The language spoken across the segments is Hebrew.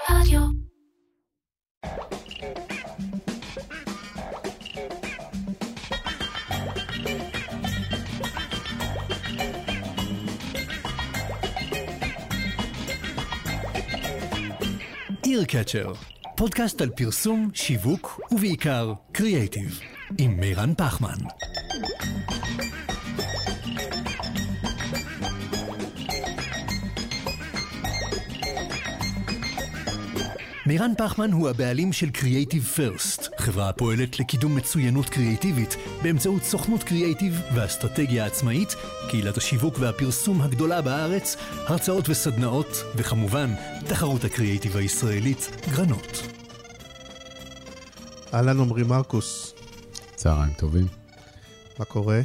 רדיו. אירקצ'ר, פודקאסט על פרסום, שיווק ובעיקר קריאייטיב, עם מירן פחמן. מירן פחמן הוא הבעלים של קריאייטיב פירסט, חברה הפועלת לקידום מצוינות קריאייטיבית באמצעות סוכנות קריאייטיב ואסטרטגיה עצמאית, קהילת השיווק והפרסום הגדולה בארץ, הרצאות וסדנאות, וכמובן, תחרות הקריאייטיב הישראלית, גרנות. אהלן עומרי מרקוס. צהריים טובים. מה קורה?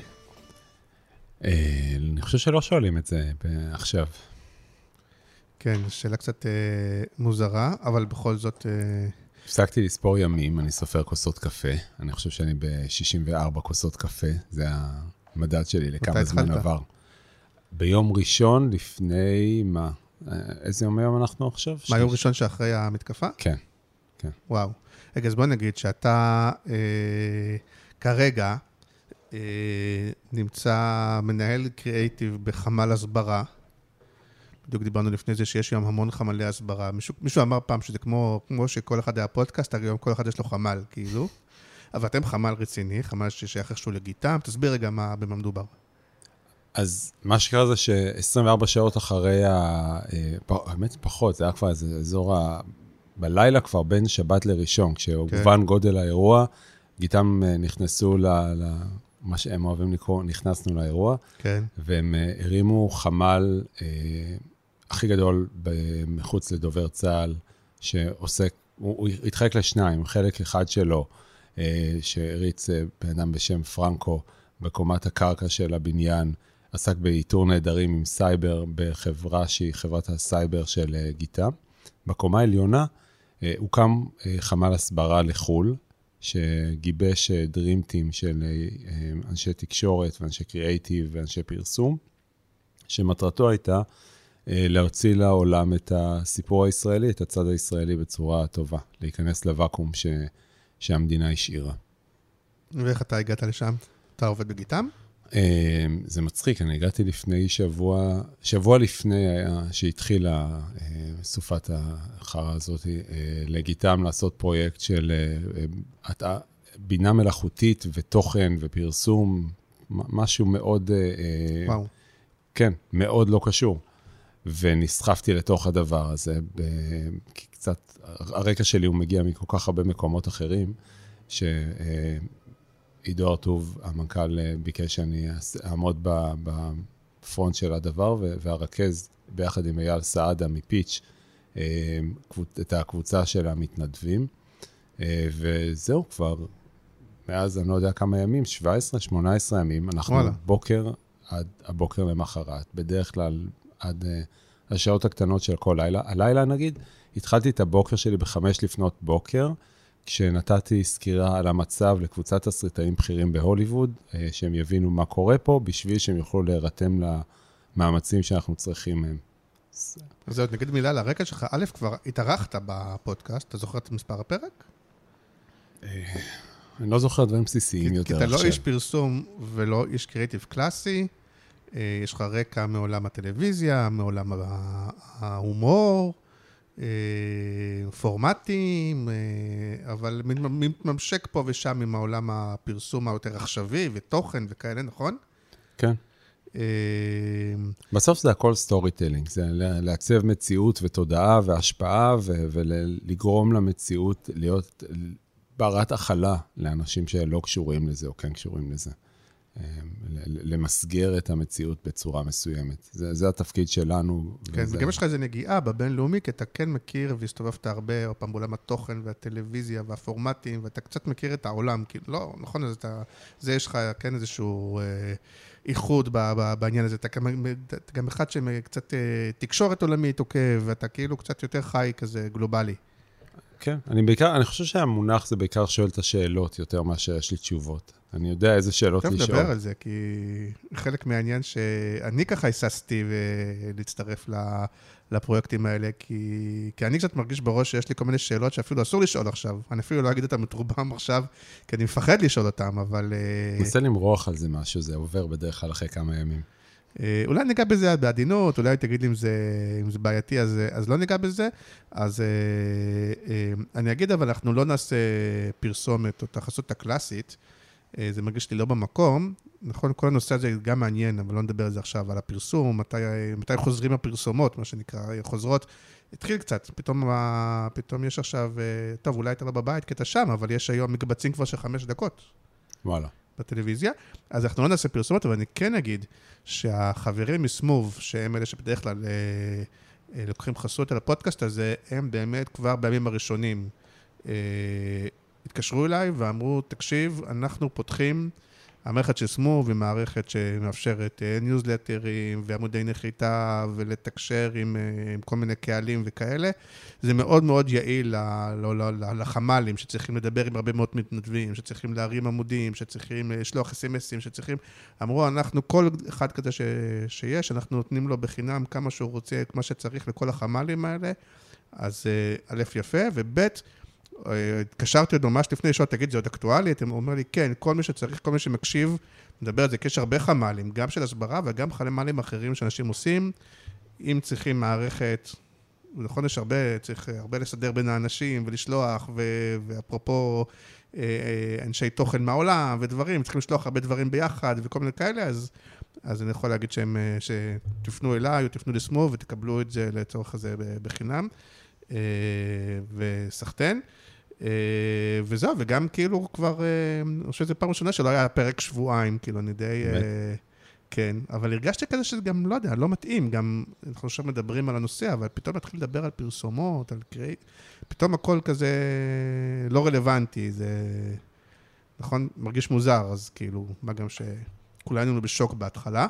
אני חושב שלא שואלים את זה עכשיו. כן, שאלה קצת מוזרה, אבל בכל זאת... הפסקתי לספור ימים, אני סופר כוסות קפה. אני חושב שאני ב-64 כוסות קפה. זה המדד שלי לכמה זמן עבר. ביום ראשון לפני מה? איזה יום אנחנו עכשיו? מה, יום ראשון שאחרי המתקפה? כן, כן. וואו. רגע, אז בוא נגיד שאתה כרגע נמצא מנהל קריאייטיב בחמ"ל הסברה. בדיוק דיברנו לפני זה שיש היום המון חמ"לי הסברה. מישהו אמר פעם שזה כמו שכל אחד היה פודקאסט, היום כל אחד יש לו חמ"ל, כאילו. אבל אתם חמ"ל רציני, חמ"ל ששייך איכשהו לגיטם. תסביר רגע במה מדובר. אז מה שקרה זה ש-24 שעות אחרי, האמת פחות, זה היה כבר איזה אזור בלילה כבר בין שבת לראשון, כשהובן גודל האירוע, גיטם נכנסו מה שהם אוהבים לקרוא, נכנסנו לאירוע, והם הרימו חמ"ל הכי גדול מחוץ לדובר צה"ל, שעוסק, הוא התחלק לשניים, חלק אחד שלו, שהריץ בן אדם בשם פרנקו, בקומת הקרקע של הבניין, עסק באיתור נהדרים עם סייבר, בחברה שהיא חברת הסייבר של גיטם. בקומה העליונה הוקם חמ"ל הסברה לחול, שגיבש דרימטים של אנשי תקשורת ואנשי קריאייטיב ואנשי פרסום, שמטרתו הייתה להוציא לעולם את הסיפור הישראלי, את הצד הישראלי בצורה טובה, להיכנס לוואקום שהמדינה השאירה. ואיך אתה הגעת לשם? אתה עובד בגיטם? זה מצחיק, אני הגעתי לפני שבוע לפני שהתחילה סופת החרה הזאת לגיטם לעשות פרויקט של בינה מלאכותית ותוכן ופרסום, משהו מאוד, וואו. כן, מאוד לא קשור. ונסחפתי לתוך הדבר הזה, כי קצת, הרקע שלי הוא מגיע מכל כך הרבה מקומות אחרים, עידו ארטוב, המנכ"ל ביקש שאני אעמוד בפרונט של הדבר, והרכז ביחד עם אייל סעדה מפיץ' את הקבוצה של המתנדבים, וזהו כבר, מאז אני לא יודע כמה ימים, 17-18 ימים, אנחנו בוקר עד הבוקר למחרת, בדרך כלל עד השעות הקטנות של כל לילה. הלילה נגיד, התחלתי את הבוקר שלי ב5 לפנות בוקר, כשנתתי סקירה על המצב לקבוצת תסריטאים בכירים בהוליווד, שהם יבינו מה קורה פה, בשביל שהם יוכלו להירתם למאמצים שאנחנו צריכים מהם. אז עוד נגיד מילה לרקע שלך, א', כבר התארחת בפודקאסט, אתה זוכר את מספר הפרק? אני לא זוכר דברים בסיסיים יותר עכשיו. כי אתה לא איש פרסום ולא איש קריאייטיב קלאסי, יש לך רקע מעולם הטלוויזיה, מעולם ההומור, פורמטים, אבל מתממשק פה ושם עם העולם הפרסום היותר עכשווי ותוכן וכאלה, נכון? כן. בסוף זה הכל סטורי טלינג, זה לעצב מציאות ותודעה והשפעה ולגרום למציאות להיות ברת החלה לאנשים שלא קשורים לזה או כן קשורים לזה. למסגר את המציאות בצורה מסוימת. זה התפקיד שלנו. כן, וגם יש לך איזו נגיעה בבינלאומי, כי אתה כן מכיר והסתובבת הרבה, או פעם בעולם התוכן והטלוויזיה והפורמטים, ואתה קצת מכיר את העולם, כאילו, לא, נכון, אז זה יש לך כן איזשהו איחוד בעניין הזה. אתה גם אחד שקצת תקשורת עולמית עוקב, ואתה כאילו קצת יותר חי כזה גלובלי. כן, אני חושב שהמונח זה בעיקר שואל את השאלות יותר מאשר יש לי תשובות. אני יודע איזה שאלות לשאול. טוב, נדבר על זה, כי חלק מהעניין שאני ככה הססתי להצטרף לפרויקטים האלה, כי אני קצת מרגיש בראש שיש לי כל מיני שאלות שאפילו אסור לשאול עכשיו. אני אפילו לא אגיד אותם מתרובם עכשיו, כי אני מפחד לשאול אותם, אבל... נסה למרוח על זה משהו, זה עובר בדרך כלל אחרי כמה ימים. אולי ניגע בזה בעדינות, אולי תגיד לי אם זה בעייתי, אז לא ניגע בזה. אז אני אגיד, אבל אנחנו לא נעשה פרסומת או תחסות הקלאסית, זה מרגיש לי לא במקום. נכון, כל הנושא הזה גם מעניין, אבל לא נדבר על זה עכשיו, על הפרסום, מתי חוזרים הפרסומות, מה שנקרא, חוזרות. התחיל קצת, פתאום יש עכשיו, טוב, אולי אתה לא בבית, כי אתה שם, אבל יש היום מקבצים כבר של 5 דקות. וואלה. בטלוויזיה. אז אנחנו לא נעשה פרסומות, אבל אני כן אגיד שהחברים מסמוב, שהם אלה שבדרך כלל לוקחים חסות על הפודקאסט הזה, הם באמת כבר בימים הראשונים התקשרו אליי ואמרו, תקשיב, אנחנו פותחים, המערכת של סמוב היא מערכת שמאפשרת ניוזלטרים ועמודי נחיתה ולתקשר עם כל מיני קהלים וכאלה. זה מאוד מאוד יעיל לחמ"לים שצריכים לדבר עם הרבה מאוד מתנדבים, שצריכים להרים עמודים, שצריכים לשלוח SMSים, שצריכים... אמרו, אנחנו כל אחד כזה שיש, אנחנו נותנים לו בחינם כמה שהוא רוצה, מה שצריך לכל החמ"לים האלה. אז א' יפה, וב' התקשרתי עוד ממש לפני שעות, תגיד, זה עוד אקטואלי? אתם אומר לי, כן, כל מי שצריך, כל מי שמקשיב, מדבר על זה, כי יש הרבה חמ"לים, גם של הסברה וגם חמ"לים אחרים שאנשים עושים, אם צריכים מערכת, נכון, יש הרבה, צריך הרבה לסדר בין האנשים ולשלוח, ואפרופו אנשי תוכן מהעולם ודברים, צריכים לשלוח הרבה דברים ביחד וכל מיני כאלה, אז אני יכול להגיד שתפנו אליי או תפנו לסמוב ותקבלו את זה לצורך הזה בחינם, וסחטן. וזהו, וגם כאילו כבר, אני חושב שזה פעם ראשונה שלא היה פרק שבועיים, כאילו אני די, כן, אבל הרגשתי כזה שזה גם, לא יודע, לא מתאים, גם אנחנו עכשיו מדברים על הנושא, אבל פתאום נתחיל לדבר על פרסומות, על פתאום הכל כזה לא רלוונטי, זה, נכון, מרגיש מוזר, אז כאילו, מה גם שכולנו היינו בשוק בהתחלה,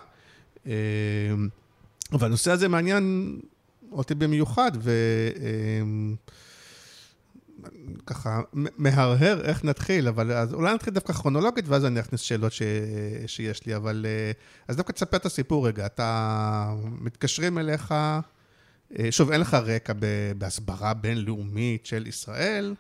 אבל הנושא הזה מעניין אותי במיוחד, ככה מהרהר איך נתחיל, אבל אז אולי נתחיל דווקא כרונולוגית, ואז אני אכניס שאלות שיש לי, אבל אז דווקא תספר את הסיפור רגע, אתה מתקשרים אליך, שוב, אין לך רקע בהסברה בינלאומית של ישראל,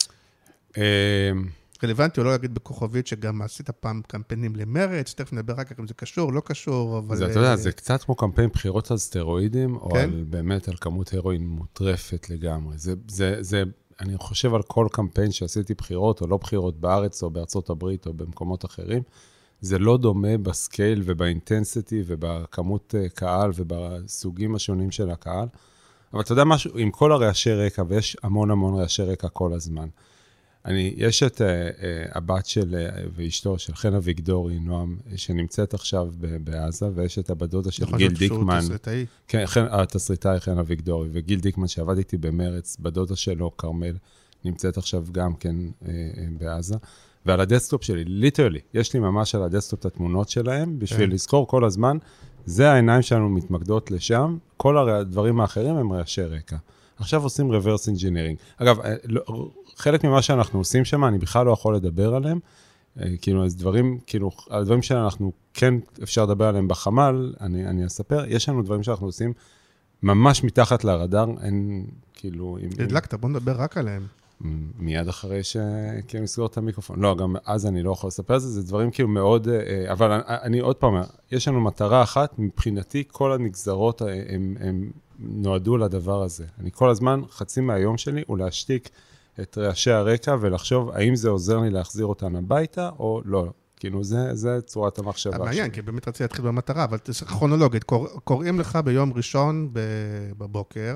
רלוונטי או לא להגיד בכוכבית שגם עשית פעם קמפיינים למרץ, תכף נדבר רק אם זה קשור, לא קשור, אבל... זה, אתה יודע, זה קצת כמו קמפיין בחירות על סטרואידים, או באמת על כמות הרואין מוטרפת לגמרי. זה אני חושב על כל קמפיין שעשיתי בחירות או לא בחירות בארץ או בארצות הברית או במקומות אחרים, זה לא דומה בסקייל ובאינטנסיטי ובכמות קהל ובסוגים השונים של הקהל. אבל אתה יודע משהו, עם כל הרעשי רקע, ויש המון רעשי רקע כל הזמן. יש את הבת של ואשתו של חן אביגדורי, נועם, שנמצאת עכשיו בעזה, ויש את הבדודה של גיל דיקמן. כן, התסריטאי חן אביגדורי, וגיל דיקמן שעבד איתי במרץ, בדודה שלו, קרמל, נמצאת עכשיו גם כן בעזה. ועל הדסקטופ שלי, ליטרלי, יש לי ממש על הדסקטופ את התמונות שלהם, בשביל לזכור כל הזמן, זה העיניים שלנו מתמקדות לשם, כל הדברים האחרים הם רעשי רקע. עכשיו עושים reverse engineering. אגב, חלק ממה שאנחנו עושים שם, אני בכלל לא יכול לדבר עליהם, כאילו, אז דברים, כאילו, הדברים שאנחנו כן אפשר לדבר עליהם בחמ"ל, אני אספר, יש לנו דברים שאנחנו עושים ממש מתחת לרדאר, אין, כאילו... הדלקת, בוא נדבר רק עליהם. מיד אחרי שכאילו נסגור את המיקרופון. לא, גם אז אני לא יכול לספר את זה, זה דברים כאילו מאוד, אבל אני עוד פעם, יש לנו מטרה אחת, מבחינתי כל הנגזרות הם נועדו לדבר הזה. אני כל הזמן, חצי מהיום שלי הוא להשתיק את רעשי הרקע ולחשוב האם זה עוזר לי להחזיר אותן הביתה או לא. כאילו זה צורת המחשבה שלי. מעניין, כי באמת רציתי להתחיל במטרה, אבל כרונולוגית, קוראים לך ביום ראשון בבוקר,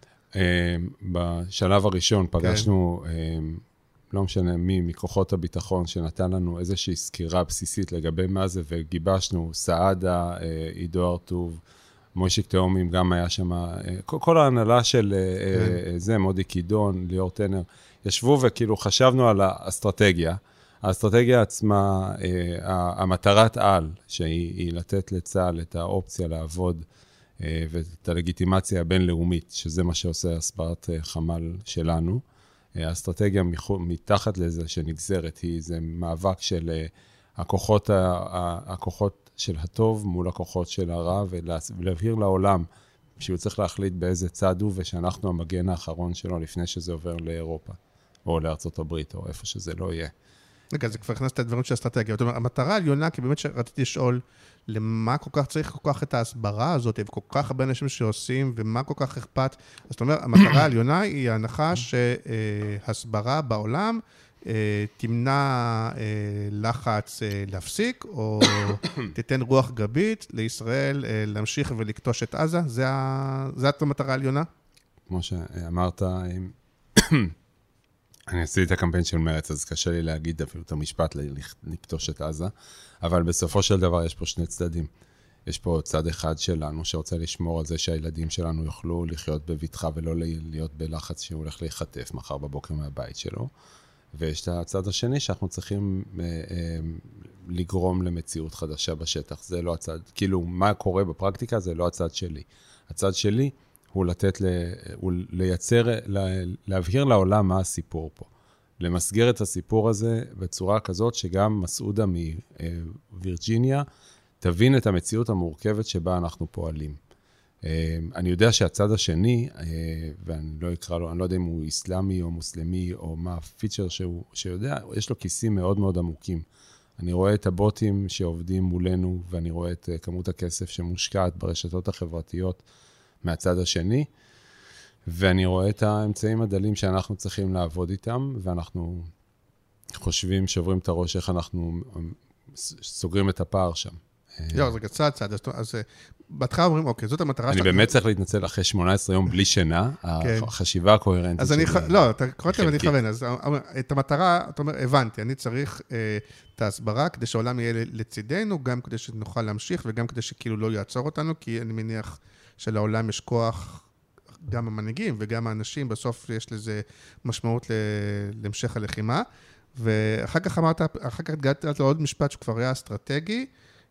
בשלב הראשון פגשנו, לא משנה מי, מכוחות הביטחון שנתן לנו איזושהי סקירה בסיסית לגבי מה זה, וגיבשנו, סעדה, עידו ארטוב, מוישיק תאומים, גם היה שם, כל ההנהלה של זה, מודי קידון, ליאור טנר, ישבו וכאילו חשבנו על האסטרטגיה. האסטרטגיה עצמה, המטרת על, שהיא לתת לצה"ל את האופציה לעבוד, ואת הלגיטימציה הבינלאומית, שזה מה שעושה הסברת חמ"ל שלנו. האסטרטגיה מתחת לזה שנגזרת, זה מאבק של הכוחות של הטוב מול הכוחות של הרע, ולהבהיר לעולם שהוא צריך להחליט באיזה צד הוא, ושאנחנו המגן האחרון שלו לפני שזה עובר לאירופה, או לארצות הברית, או איפה שזה לא יהיה. רגע, זה כבר הכנסת את הדברים של האסטרטגיה. זאת אומרת, המטרה העליונה, כי באמת שרציתי לשאול, למה כל כך צריך כל כך את ההסברה הזאת, וכל כך הרבה אנשים שעושים, ומה כל כך אכפת. זאת אומרת, המטרה העליונה היא ההנחה שהסברה בעולם תמנע לחץ להפסיק, או תיתן רוח גבית לישראל להמשיך ולקטוש את עזה. זה המטרה העליונה? כמו שאמרת, אני עשיתי את הקמפיין של מרץ, אז קשה לי להגיד אפילו את המשפט לקטוש את עזה, אבל בסופו של דבר יש פה שני צדדים. יש פה צד אחד שלנו שרוצה לשמור על זה שהילדים שלנו יוכלו לחיות בביטחה ולא להיות בלחץ שהוא הולך להיחטף מחר בבוקר מהבית שלו. ויש את הצד השני שאנחנו צריכים לגרום למציאות חדשה בשטח. זה לא הצד, כאילו מה קורה בפרקטיקה זה לא הצד שלי. הצד שלי הוא הוא לייצר, להבהיר לעולם מה הסיפור פה. למסגר את הסיפור הזה בצורה כזאת שגם מסעודה מווירג'יניה תבין את המציאות המורכבת שבה אנחנו פועלים. אני יודע שהצד השני, ואני לא אקרא לו, אני לא יודע אם הוא איסלאמי או מוסלמי או מה הפיצ'ר שיודע, יש לו כיסים מאוד מאוד עמוקים. אני רואה את הבוטים שעובדים מולנו, ואני רואה את כמות הכסף שמושקעת ברשתות החברתיות מהצד השני, ואני רואה את האמצעים הדלים שאנחנו צריכים לעבוד איתם, ואנחנו חושבים, שוברים את הראש, איך אנחנו סוגרים את הפער שם. לא, זה צעד, אז בהתחלה אומרים, אוקיי, זאת המטרה אני באמת צריך להתנצל אחרי 18 יום בלי שינה, החשיבה הקוהרנטית שלי. לא, אתה קוראת להם להתכוון, אז את המטרה, אתה אומר, הבנתי, אני צריך את ההסברה, כדי שהעולם יהיה לצידנו, גם כדי שנוכל להמשיך, וגם כדי שכאילו לא יעצור אותנו, כי אני מניח שלעולם יש כוח, גם המנהיגים וגם האנשים, בסוף יש לזה משמעות להמשך הלחימה, ואחר כך הגעת לעוד משפט שכבר היה אסטרטגי,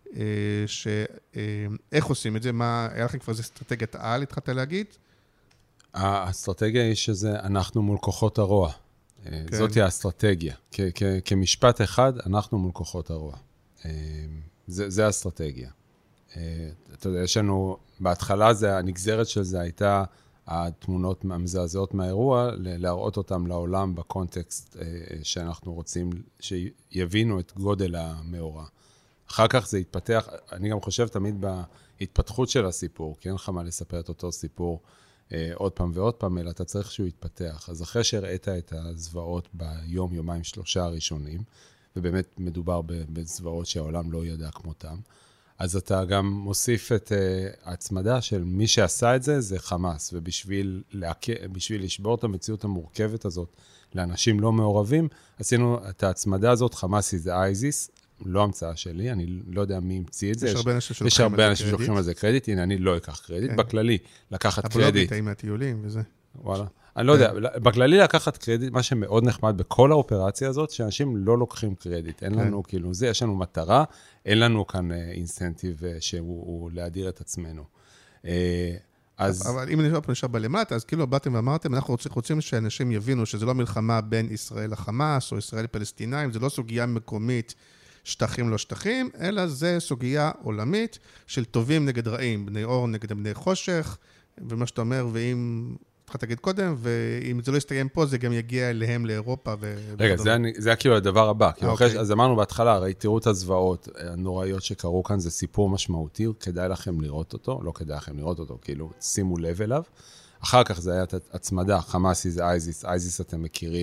איך עושים את זה? מה, היה לכם כבר איזה אסטרטגיית על, התחלת להגיד? האסטרטגיה היא שזה אנחנו מול כוחות הרוע. זאת היא האסטרטגיה. כמשפט אחד, אנחנו מול כוחות הרוע. זה האסטרטגיה. אתה יודע, יש לנו, בהתחלה הנגזרת של זה הייתה התמונות המזעזעות מהאירוע, להראות אותם לעולם בקונטקסט שאנחנו רוצים שיבינו את גודל המאורע. אחר כך זה התפתח, אני גם חושב תמיד בהתפתחות של הסיפור, כי אין לך מה לספר את אותו סיפור עוד פעם ועוד פעם, אלא אתה צריך שהוא יתפתח. אז אחרי שהראית את הזוועות ביום, יומיים, 3 הראשונים, ובאמת מדובר בזוועות שהעולם לא ידע כמותם, אז אתה גם מוסיף את ההצמדה של מי שעשה את זה, זה חמאס, ובשביל לשבור את המציאות המורכבת הזאת לאנשים לא מעורבים, עשינו את ההצמדה הזאת, חמאס זה אייזיס, לא המצאה שלי, אני לא יודע מי המציא את זה. יש הרבה אנשים שלוקחים על זה קרדיט, הנה, אני לא אקח קרדיט. בכללי, לקחת קרדיט. הבלוגית, האם הטיולים וזה. וואלה. אני לא יודע, בכללי לקחת קרדיט, מה שמאוד נחמד בכל האופרציה הזאת, שאנשים לא לוקחים קרדיט. אין לנו כאילו זה, יש לנו מטרה, אין לנו כאן אינסנטיב שהוא להדיר את עצמנו. אבל אם נשאר בלמטה, אז כאילו באתם ואמרתם, אנחנו רוצים שאנשים יבינו שזה לא מלחמה בין ישראל לחמאס, או ישראל לפלסטינאים, זה לא סוגיה מקומית, שטחים לא שטחים, אלא זה סוגיה עולמית של טובים נגד רעים, בני אור נגד בני חושך, ומה שאתה אומר, ואם, אתה תגיד קודם, ואם זה לא יסתיים פה, זה גם יגיע אליהם לאירופה. רגע, זה כאילו הדבר הבא. אז אמרנו בהתחלה, הרי תראו את הזוועות הנוראיות שקרו כאן, זה סיפור משמעותי, כדאי לכם לראות אותו, לא כדאי לכם לראות אותו, כאילו, שימו לב אליו. אחר כך זה היה הצמדה, חמאסי זה אייזיס, אייזיס אתם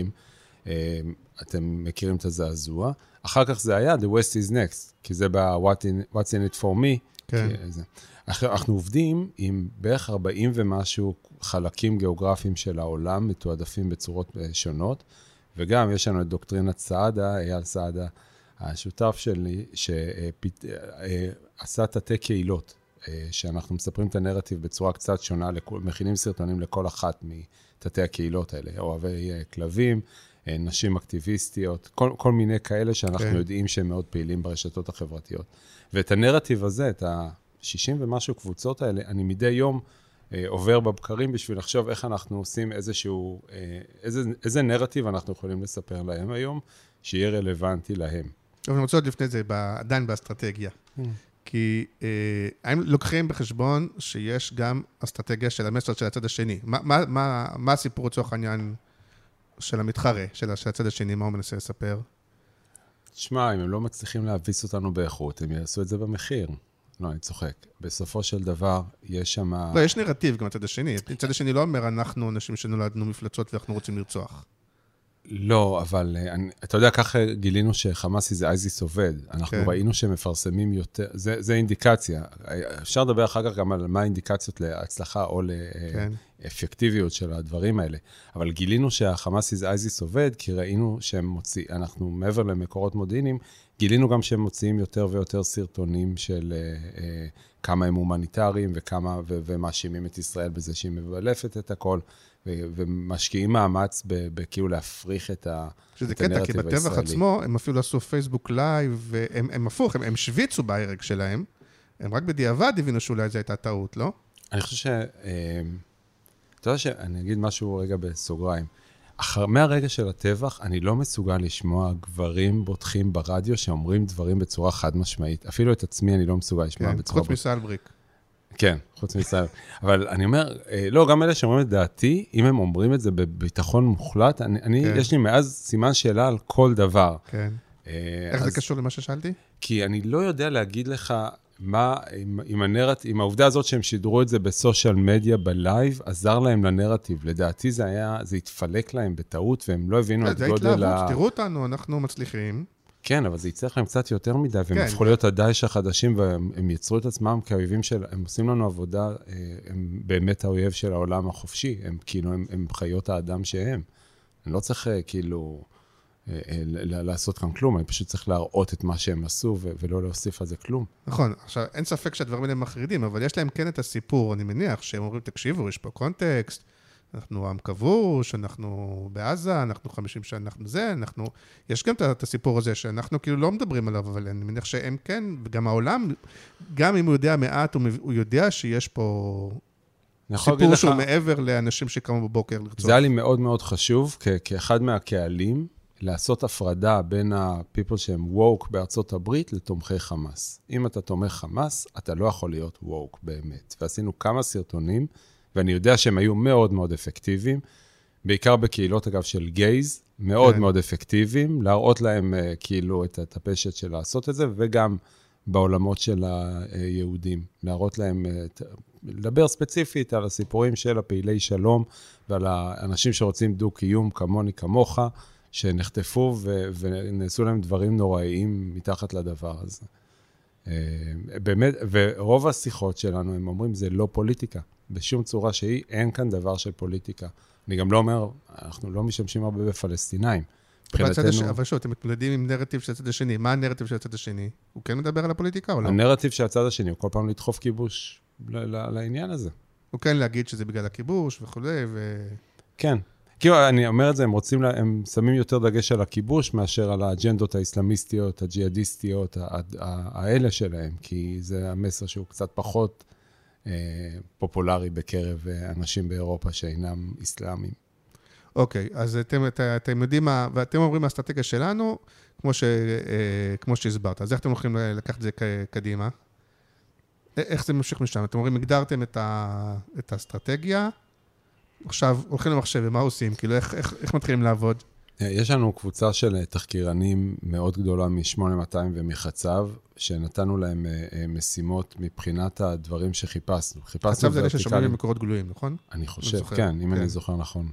מכירים את הזעזוע. אחר כך זה היה The West is Next, כי זה What's in it for me. כן. אנחנו עובדים עם בערך 40 ומשהו חלקים גיאוגרפיים של העולם, מתועדפים בצורות שונות, וגם יש לנו את דוקטרינת סעדה, אייל סעדה, השותף שלי, שעשה תתי קהילות, שאנחנו מספרים את הנרטיב בצורה קצת שונה, מכינים סרטונים לכל אחת מתתי הקהילות האלה, אוהבי כלבים, נשים אקטיביסטיות, כל מיני כאלה שאנחנו יודעים שהם מאוד פעילים ברשתות החברתיות. ואת הנרטיב הזה, את ה-60 ומשהו קבוצות האלה, אני מדי יום עובר בבקרים בשביל לחשוב איך אנחנו עושים איזה נרטיב אנחנו יכולים לספר להם היום, שיהיה רלוונטי להם. אבל אני רוצה עוד לפני זה, עדיין באסטרטגיה. כי הם לוקחים בחשבון שיש גם אסטרטגיה של המסר של הצד השני. מה הסיפור לצורך העניין של המתחרה, של הצד השני, מה הוא מנסה לספר? תשמע, אם הם לא מצליחים להביס אותנו באיכות, הם יעשו את זה במחיר. לא, אני צוחק. בסופו של דבר, יש שם... לא, יש נרטיב גם הצד השני. הצד השני לא אומר, אנחנו אנשים שנולדנו מפלצות ואנחנו רוצים לרצוח. לא, אבל אתה יודע, ככה גילינו שחמאסי זה אייזיס עובד. אנחנו ראינו שהם מפרסמים יותר, זה אינדיקציה. אפשר לדבר אחר כך גם על מה האינדיקציות להצלחה או לאפקטיביות של הדברים האלה. אבל גילינו שהחמאסי זה אייזיס עובד, כי ראינו שהם מוציאים, אנחנו מעבר למקורות מודיעיניים, גילינו גם שהם מוציאים יותר ויותר סרטונים של כמה הם הומניטריים ומאשימים את ישראל בזה שהיא מבלפת את הכל. ומשקיעים מאמץ בכאילו להפריך את שזה קטע, כי בטבח עצמו הם אפילו עשו פייסבוק לייב, והם הפוך, הם שוויצו בהרג שלהם, הם רק בדיעבד הבינו שאולי זו הייתה טעות, לא? אני חושב אתה יודע שאני אגיד משהו רגע בסוגריים. מהרגע של הטבח, אני לא מסוגל לשמוע גברים בוטחים ברדיו שאומרים דברים בצורה חד משמעית. אפילו את עצמי אני לא מסוגל לשמוע בצורה... חוץ מסלבריק. כן, חוץ מסייב. אבל אני אומר, לא, גם אלה שאומרים את דעתי, אם הם אומרים את זה בביטחון מוחלט, יש לי מאז סימן שאלה על כל דבר. כן. איך זה קשור למה ששאלתי? כי אני לא יודע להגיד לך מה, עם העובדה הזאת שהם שידרו את זה בסושיאל מדיה, בלייב, עזר להם לנרטיב. לדעתי זה התפלק להם בטעות, והם לא הבינו את גודל תראו אותנו, אנחנו מצליחים. כן, אבל זה יצטרך להם קצת יותר מדי, והם הפכו להיות הדייש החדשים, והם יצרו את עצמם כאויבים הם עושים לנו עבודה, הם באמת האויב של העולם החופשי, הם כאילו, הם חיות האדם שהם. אני לא צריך כאילו לעשות כאן כלום, אני פשוט צריך להראות את מה שהם עשו, ולא להוסיף על זה כלום. נכון, עכשיו, אין ספק שהדברים האלה מחרידים, אבל יש להם כן את הסיפור, אני מניח, שהם אומרים, תקשיבו, יש פה קונטקסט, אנחנו עם כבוש, אנחנו בעזה, אנחנו 50 שנה, אנחנו זה, יש גם את הסיפור הזה שאנחנו כאילו לא מדברים עליו, אבל אני מניח שהם כן, וגם העולם, גם אם הוא יודע מעט, הוא יודע שיש פה סיפור שהוא מעבר לאנשים שקמו בבוקר לרצות. זה היה לי מאוד מאוד חשוב, כאחד מהקהלים, לעשות הפרדה בין ה-people שהם woke בארצות הברית לתומכי חמאס. אם אתה תומך חמאס, אתה לא יכול להיות woke באמת. ועשינו כמה סרטונים, ואני יודע שהם היו מאוד מאוד אפקטיביים, בעיקר בקהילות, אגב, של גייז, מאוד מאוד אפקטיביים, להראות להם כאילו את הפשט של לעשות את זה, וגם בעולמות של היהודים, להראות להם, לדבר ספציפית על הסיפורים של הפעילי שלום, ועל האנשים שרוצים דו-קיום כמוני כמוך, שנחטפו ונעשו להם דברים נוראיים מתחת לדבר הזה. באמת, ורוב השיחות שלנו, הם אומרים, זה לא פוליטיקה. בשום צורה שהיא, אין כאן דבר של פוליטיקה. אני גם לא אומר, אנחנו לא משתמשים הרבה בפלסטינאים. אבל שוב, אתם מתמודדים עם נרטיב של הצד השני. מה הנרטיב של הצד השני? הוא כן מדבר על הפוליטיקה או לא? הנרטיב של הצד השני, הוא כל פעם לדחוף כיבוש לעניין הזה. הוא כן להגיד שזה בגלל הכיבוש וכו' כן. כאילו, אני אומר את זה, הם שמים יותר דגש על הכיבוש, מאשר על האג'נדות האסלאמיסטיות, הג'יהאדיסטיות, האלה שלהם, כי זה המסר שהוא קצת פחות פופולרי בקרב אנשים באירופה שאינם אסלאמים. אוקיי, אז אתם יודעים מה, ואתם אומרים האסטרטגיה שלנו, כמו שהסברת. אז איך אתם הולכים לקחת את זה קדימה? איך זה ממשיך משם? אתם אומרים, הגדרתם את האסטרטגיה, עכשיו הולכים למחשב, ומה עושים? כאילו, איך מתחילים לעבוד? יש לנו קבוצה של תחקירנים מאוד גדולה מ-8200 ומחצב, שנתנו להם משימות מבחינת הדברים שחיפשנו. חצב זה אלה ששומעים במקורות גלויים, נכון? אני חושב, כן, אם אני זוכר נכון.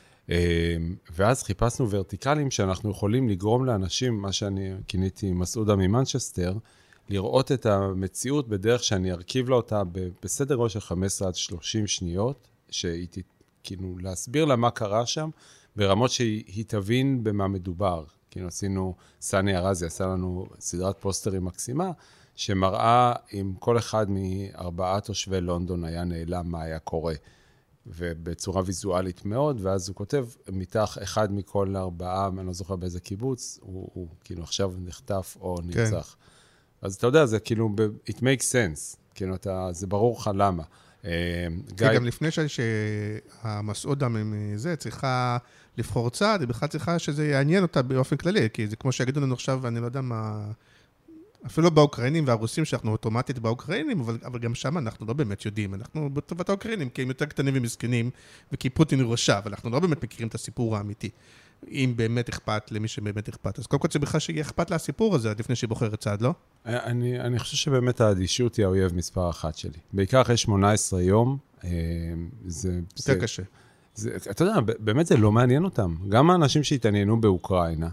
ואז חיפשנו ורטיקלים שאנחנו יכולים לגרום לאנשים, מה שאני כיניתי מסעודה ממנצ'סטר, לראות את המציאות בדרך שאני ארכיב לה אותה בסדר גודל של 15 עד 30 שניות, שהיא כאילו להסביר לה מה קרה שם, ברמות שהיא תבין במה מדובר. כאילו עשינו, סני ארזי עשה לנו סדרת פוסטרים מקסימה, שמראה אם כל אחד מ4 תושבי לונדון היה נעלם מה היה קורה, ובצורה ויזואלית מאוד, ואז הוא כותב, מתח אחד מכל 4, אני לא זוכר באיזה קיבוץ, הוא כאילו עכשיו נחטף או נרצח. כן. אז אתה יודע, זה כאילו, it makes sense, כאילו זה ברור לך למה. גם לפני שהמסעודה מזה צריכה לבחור צעד, היא בכלל צריכה שזה יעניין אותה באופן כללי, כי זה כמו שיגידו לנו עכשיו, אני לא יודע מה, אפילו באוקראינים והרוסים שאנחנו אוטומטית באוקראינים, אבל גם שם אנחנו לא באמת יודעים, אנחנו בטובת האוקראינים, כי הם יותר קטנים ומסכנים, וכי פוטין הוא רשע, אבל אנחנו לא באמת מכירים את הסיפור האמיתי, אם באמת אכפת למי שבאמת אכפת. אז קודם כל שבכלל שיהיה אכפת לסיפור הזה, לפני שהיא בוחרת צעד, לא? אני חושב שבאמת האדישות היא האויב מספר אחת שלי. בעיקר אחרי 18 יום, זה יותר קשה. אתה יודע, באמת זה לא מעניין אותם. גם האנשים שהתעניינו באוקראינה,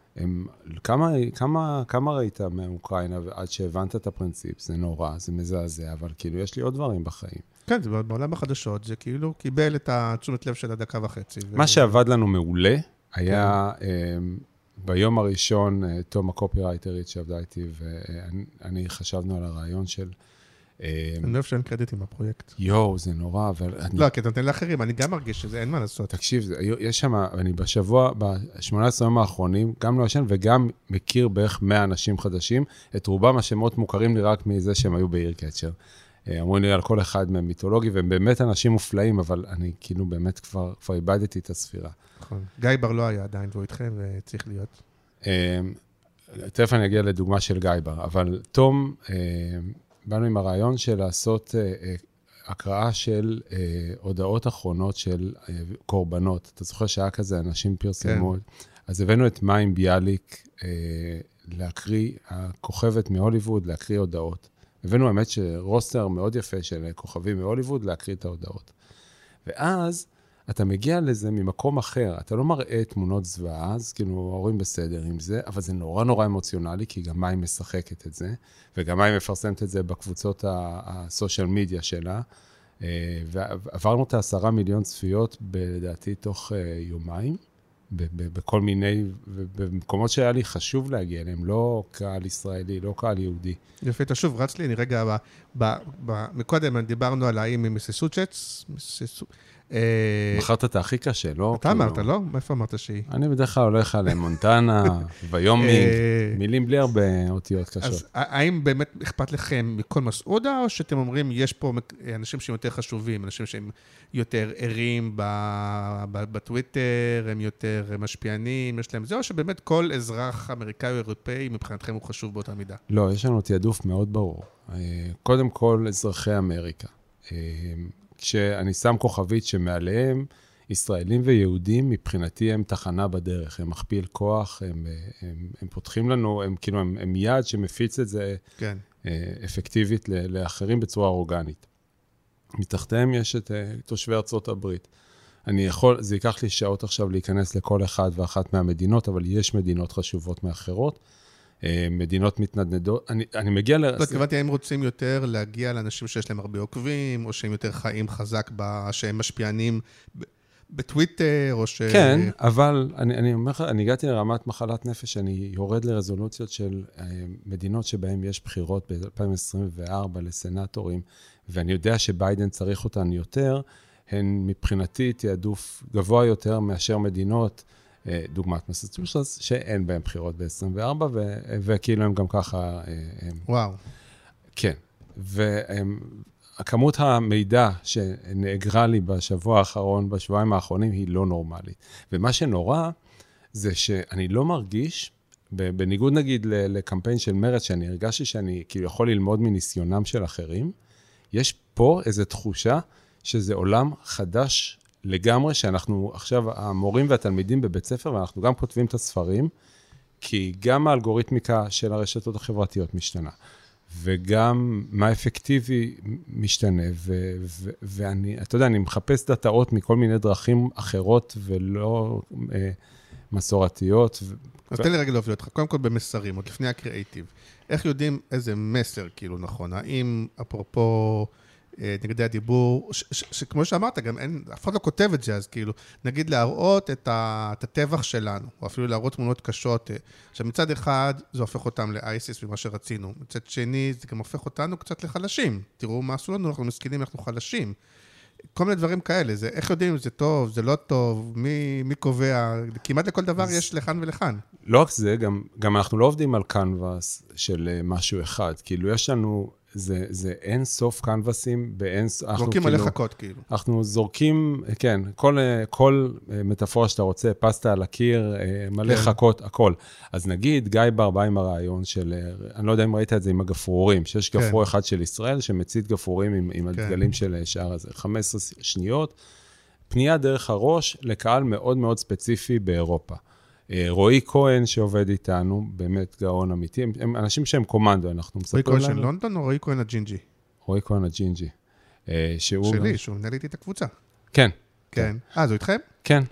כמה ראית מאוקראינה עד שהבנת את הפרינציפ? זה נורא, זה מזעזע, אבל כאילו יש לי עוד דברים בחיים. כן, בעולם החדשות זה כאילו קיבל את התשומת לב של הדקה וחצי. מה שעבד לנו מעולה היה ביום הראשון, תום הקופירייטרית שעבדה איתי, ואני חשבנו על הרעיון של... אני לא אוהב שאין קרדיט עם הפרויקט. יואו, זה נורא, אבל... לא, כי אתה נותן לאחרים, אני גם מרגיש שזה, אין מה לעשות. תקשיב, יש שם, אני ב-18 יום האחרונים, גם לא ישן וגם מכיר בערך 100 אנשים חדשים, את רובם השמות מוכרים לי רק מזה שהם היו בעיר קצ'ר. אמרו לי על כל אחד מהם מיתולוגי, והם באמת אנשים מופלאים, אבל אני כאילו באמת כבר איבדתי את הספירה. נכון. גיא בר לא היה עדיין, והוא איתכם וצריך להיות. תכף אני אגיע לדוגמה של גיא בר, אבל תום... באנו עם הרעיון של לעשות הקראה של הודעות אחרונות של קורבנות. אתה זוכר שהיה כזה, אנשים פרסמו. כן. אז הבאנו את מים ביאליק להקריא, הכוכבת מהוליווד, להקריא הודעות. הבאנו האמת שרוסטר מאוד יפה של כוכבים מהוליווד, להקריא את ההודעות. ואז אתה מגיע לזה ממקום אחר, אתה לא מראה תמונות זוועה, אז כאילו ההורים בסדר עם זה, אבל זה נורא נורא אמוציונלי, כי גם מים משחקת את זה, וגם מים מפרסמת את זה בקבוצות הסושיאל מדיה שלה, ועברנו את 10 מיליון צפיות, לדעתי, תוך יומיים, בכל מיני, במקומות שהיה לי חשוב להגיע אליהם, לא קהל ישראלי, לא קהל יהודי. יפה, אתה שוב, רץ לי, אני רגע, מקודם דיברנו על האם ממססוצ'טס, בחרת את הכי קשה, לא? אתה אמרת, לא? מאיפה אמרת שהיא? אני בדרך כלל הולך על מונטנה, ויומינג, מילים בלי הרבה אותיות קשות. אז האם באמת אכפת לכם מכל מסעודה, או שאתם אומרים, יש פה אנשים שהם יותר חשובים, אנשים שהם יותר ערים בטוויטר, הם יותר משפיענים, יש להם זה, או שבאמת כל אזרח אמריקאי או אירופאי מבחינתכם הוא חשוב באותה מידה? לא, יש לנו תיעדוף מאוד ברור. קודם כל, אזרחי אמריקה. כשאני שם כוכבית שמעליהם, ישראלים ויהודים, מבחינתי הם תחנה בדרך, הם מכפיל כוח, הם פותחים לנו, הם יד שמפיץ את זה כן. אפקטיבית לאחרים בצורה אורגנית. מתחתיהם יש את תושבי ארצות הברית. זה ייקח לי שעות עכשיו להיכנס לכל אחד ואחת מהמדינות, אבל יש מדינות חשובות מאחרות, מדינות מתנדנדות, אני מגיע לא, התכוונתי, האם רוצים יותר להגיע לאנשים שיש להם הרבה עוקבים, או שהם יותר חיים חזק, שהם משפיענים בטוויטר, או ש... כן, אבל אני אומר לך, אני הגעתי לרמת מחלת נפש, אני יורד לרזולוציות של מדינות שבהן יש בחירות ב-2024 לסנטורים, ואני יודע שביידן צריך אותן יותר, הן מבחינתי תיעדוף גבוה יותר מאשר מדינות, דוגמת מסצ'וסטס, שאין בהם בחירות ב-24, וכאילו הם גם ככה... וואו. כן, וכמות המידע שנאגרה לי בשבוע האחרון, בשבועיים האחרונים, היא לא נורמלית. ומה שנורא, זה שאני לא מרגיש, בניגוד נגיד לקמפיין של מרץ, שאני הרגשתי שאני כאילו יכול ללמוד מניסיונם של אחרים, יש פה איזו תחושה שזה עולם חדש, לגמרי שאנחנו עכשיו המורים והתלמידים בבית ספר, ואנחנו גם כותבים את הספרים, כי גם האלגוריתמיקה של הרשתות החברתיות משתנה, וגם מה אפקטיבי משתנה, ואני, אתה יודע, אני מחפש דאטאות מכל מיני דרכים אחרות, ולא מסורתיות. אז תן לי רגע להוביל אותך, קודם כל במסרים, עוד לפני הקריאייטיב. איך יודעים איזה מסר כאילו נכון? האם אפרופו... נגדי הדיבור, שכמו שאמרת, גם אין, אף אחד לא כותב את זה, אז כאילו, נגיד להראות את הטבח שלנו, או אפילו להראות תמונות קשות, שמצד אחד זה הופך אותם לאייסיס ומה שרצינו, מצד שני זה גם הופך אותנו קצת לחלשים, תראו מה עשו לנו, אנחנו מסכנים, אנחנו חלשים, כל מיני דברים כאלה, זה איך יודעים אם זה טוב, זה לא טוב, מי קובע, כמעט לכל דבר יש לכאן ולכאן. לא רק זה, גם אנחנו לא עובדים על קנבס של משהו אחד, כאילו יש לנו זה אין סוף קנבסים, זורקים עליך חכות, כאילו. אנחנו זורקים, כן, כל מטאפורה שאתה רוצה, פסטה על הקיר, מלא חכות, הכל. אז נגיד, גיא בר בא עם הרעיון של, אני לא יודע אם ראית את זה עם הגפרורים, שיש גפרור אחד של ישראל, שמצית גפרורים עם הדגלים של שער הזה, 15 שניות, פנייה דרך הראש לקהל מאוד מאוד ספציפי באירופה. רועי כהן שעובד איתנו, באמת גאון אמיתי, הם אנשים שהם קומנדו, אנחנו מספרים להם. רועי כהן של לונדון או רועי כהן הג'ינג'י? רועי כהן הג'ינג'י. שלי, שהוא מנהל איתי את הקבוצה. כן. כן. זו איתכם? כן.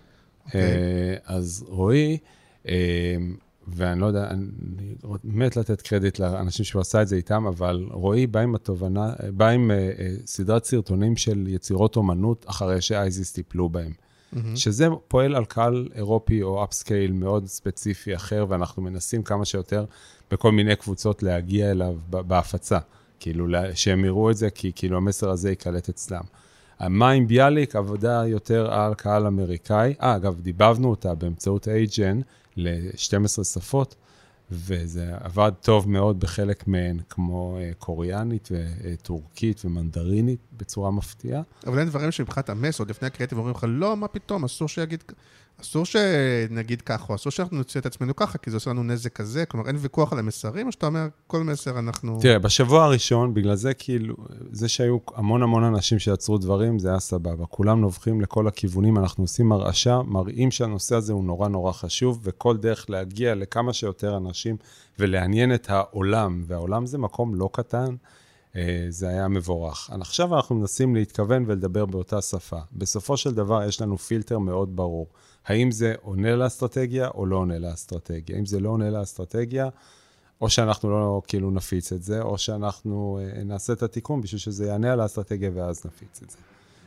אז רועי, ואני לא יודע, אני מת לתת קרדיט לאנשים שהוא עשה את זה איתם, אבל רועי בא עם סדרת סרטונים של יצירות אומנות, אחרי שאייזיס טיפלו בהם. שזה פועל על קהל אירופי או אפסקייל מאוד ספציפי אחר, ואנחנו מנסים כמה שיותר בכל מיני קבוצות להגיע אליו בהפצה, כאילו שהם יראו את זה, כי כאילו המסר הזה יקלט אצלם. המים ביאליק, עבודה יותר על קהל אמריקאי, אגב, דיבבנו אותה באמצעות אייג'ן ל-12 שפות, וזה עבד טוב מאוד בחלק מהן, כמו קוריאנית וטורקית ומנדרינית, בצורה מפתיעה. אבל אין דברים שמבחינת המס, עוד לפני הקריאטיב, אומרים לך, לא, מה פתאום, אסור שנגיד ככה, או אסור שאנחנו נוציא את עצמנו ככה, כי זה עושה לנו נזק כזה, כלומר, אין ויכוח על המסרים, או שאתה אומר, כל מסר אנחנו... תראה, בשבוע הראשון, בגלל זה כאילו, זה שהיו המון אנשים שיצרו דברים, זה היה סבבה. כולם נובחים לכל הכיוונים, אנחנו עושים הרעשה, מראים שהנושא הזה הוא נורא חשוב, וכל דרך להגיע לכמה שיותר אנשים, ולעניין את העולם, והעולם זה מקום לא קטן, זה היה מבורך. עכשיו אנחנו מנסים להתכוון ולדבר באותה שפה. בסופו של דבר יש לנו פילטר מאוד ברור. האם זה עונה לאסטרטגיה או לא עונה לאסטרטגיה? אם זה לא עונה לאסטרטגיה, או שאנחנו לא כאילו נפיץ את זה, או שאנחנו נעשה את התיקון בשביל שזה יענה על האסטרטגיה ואז נפיץ את זה.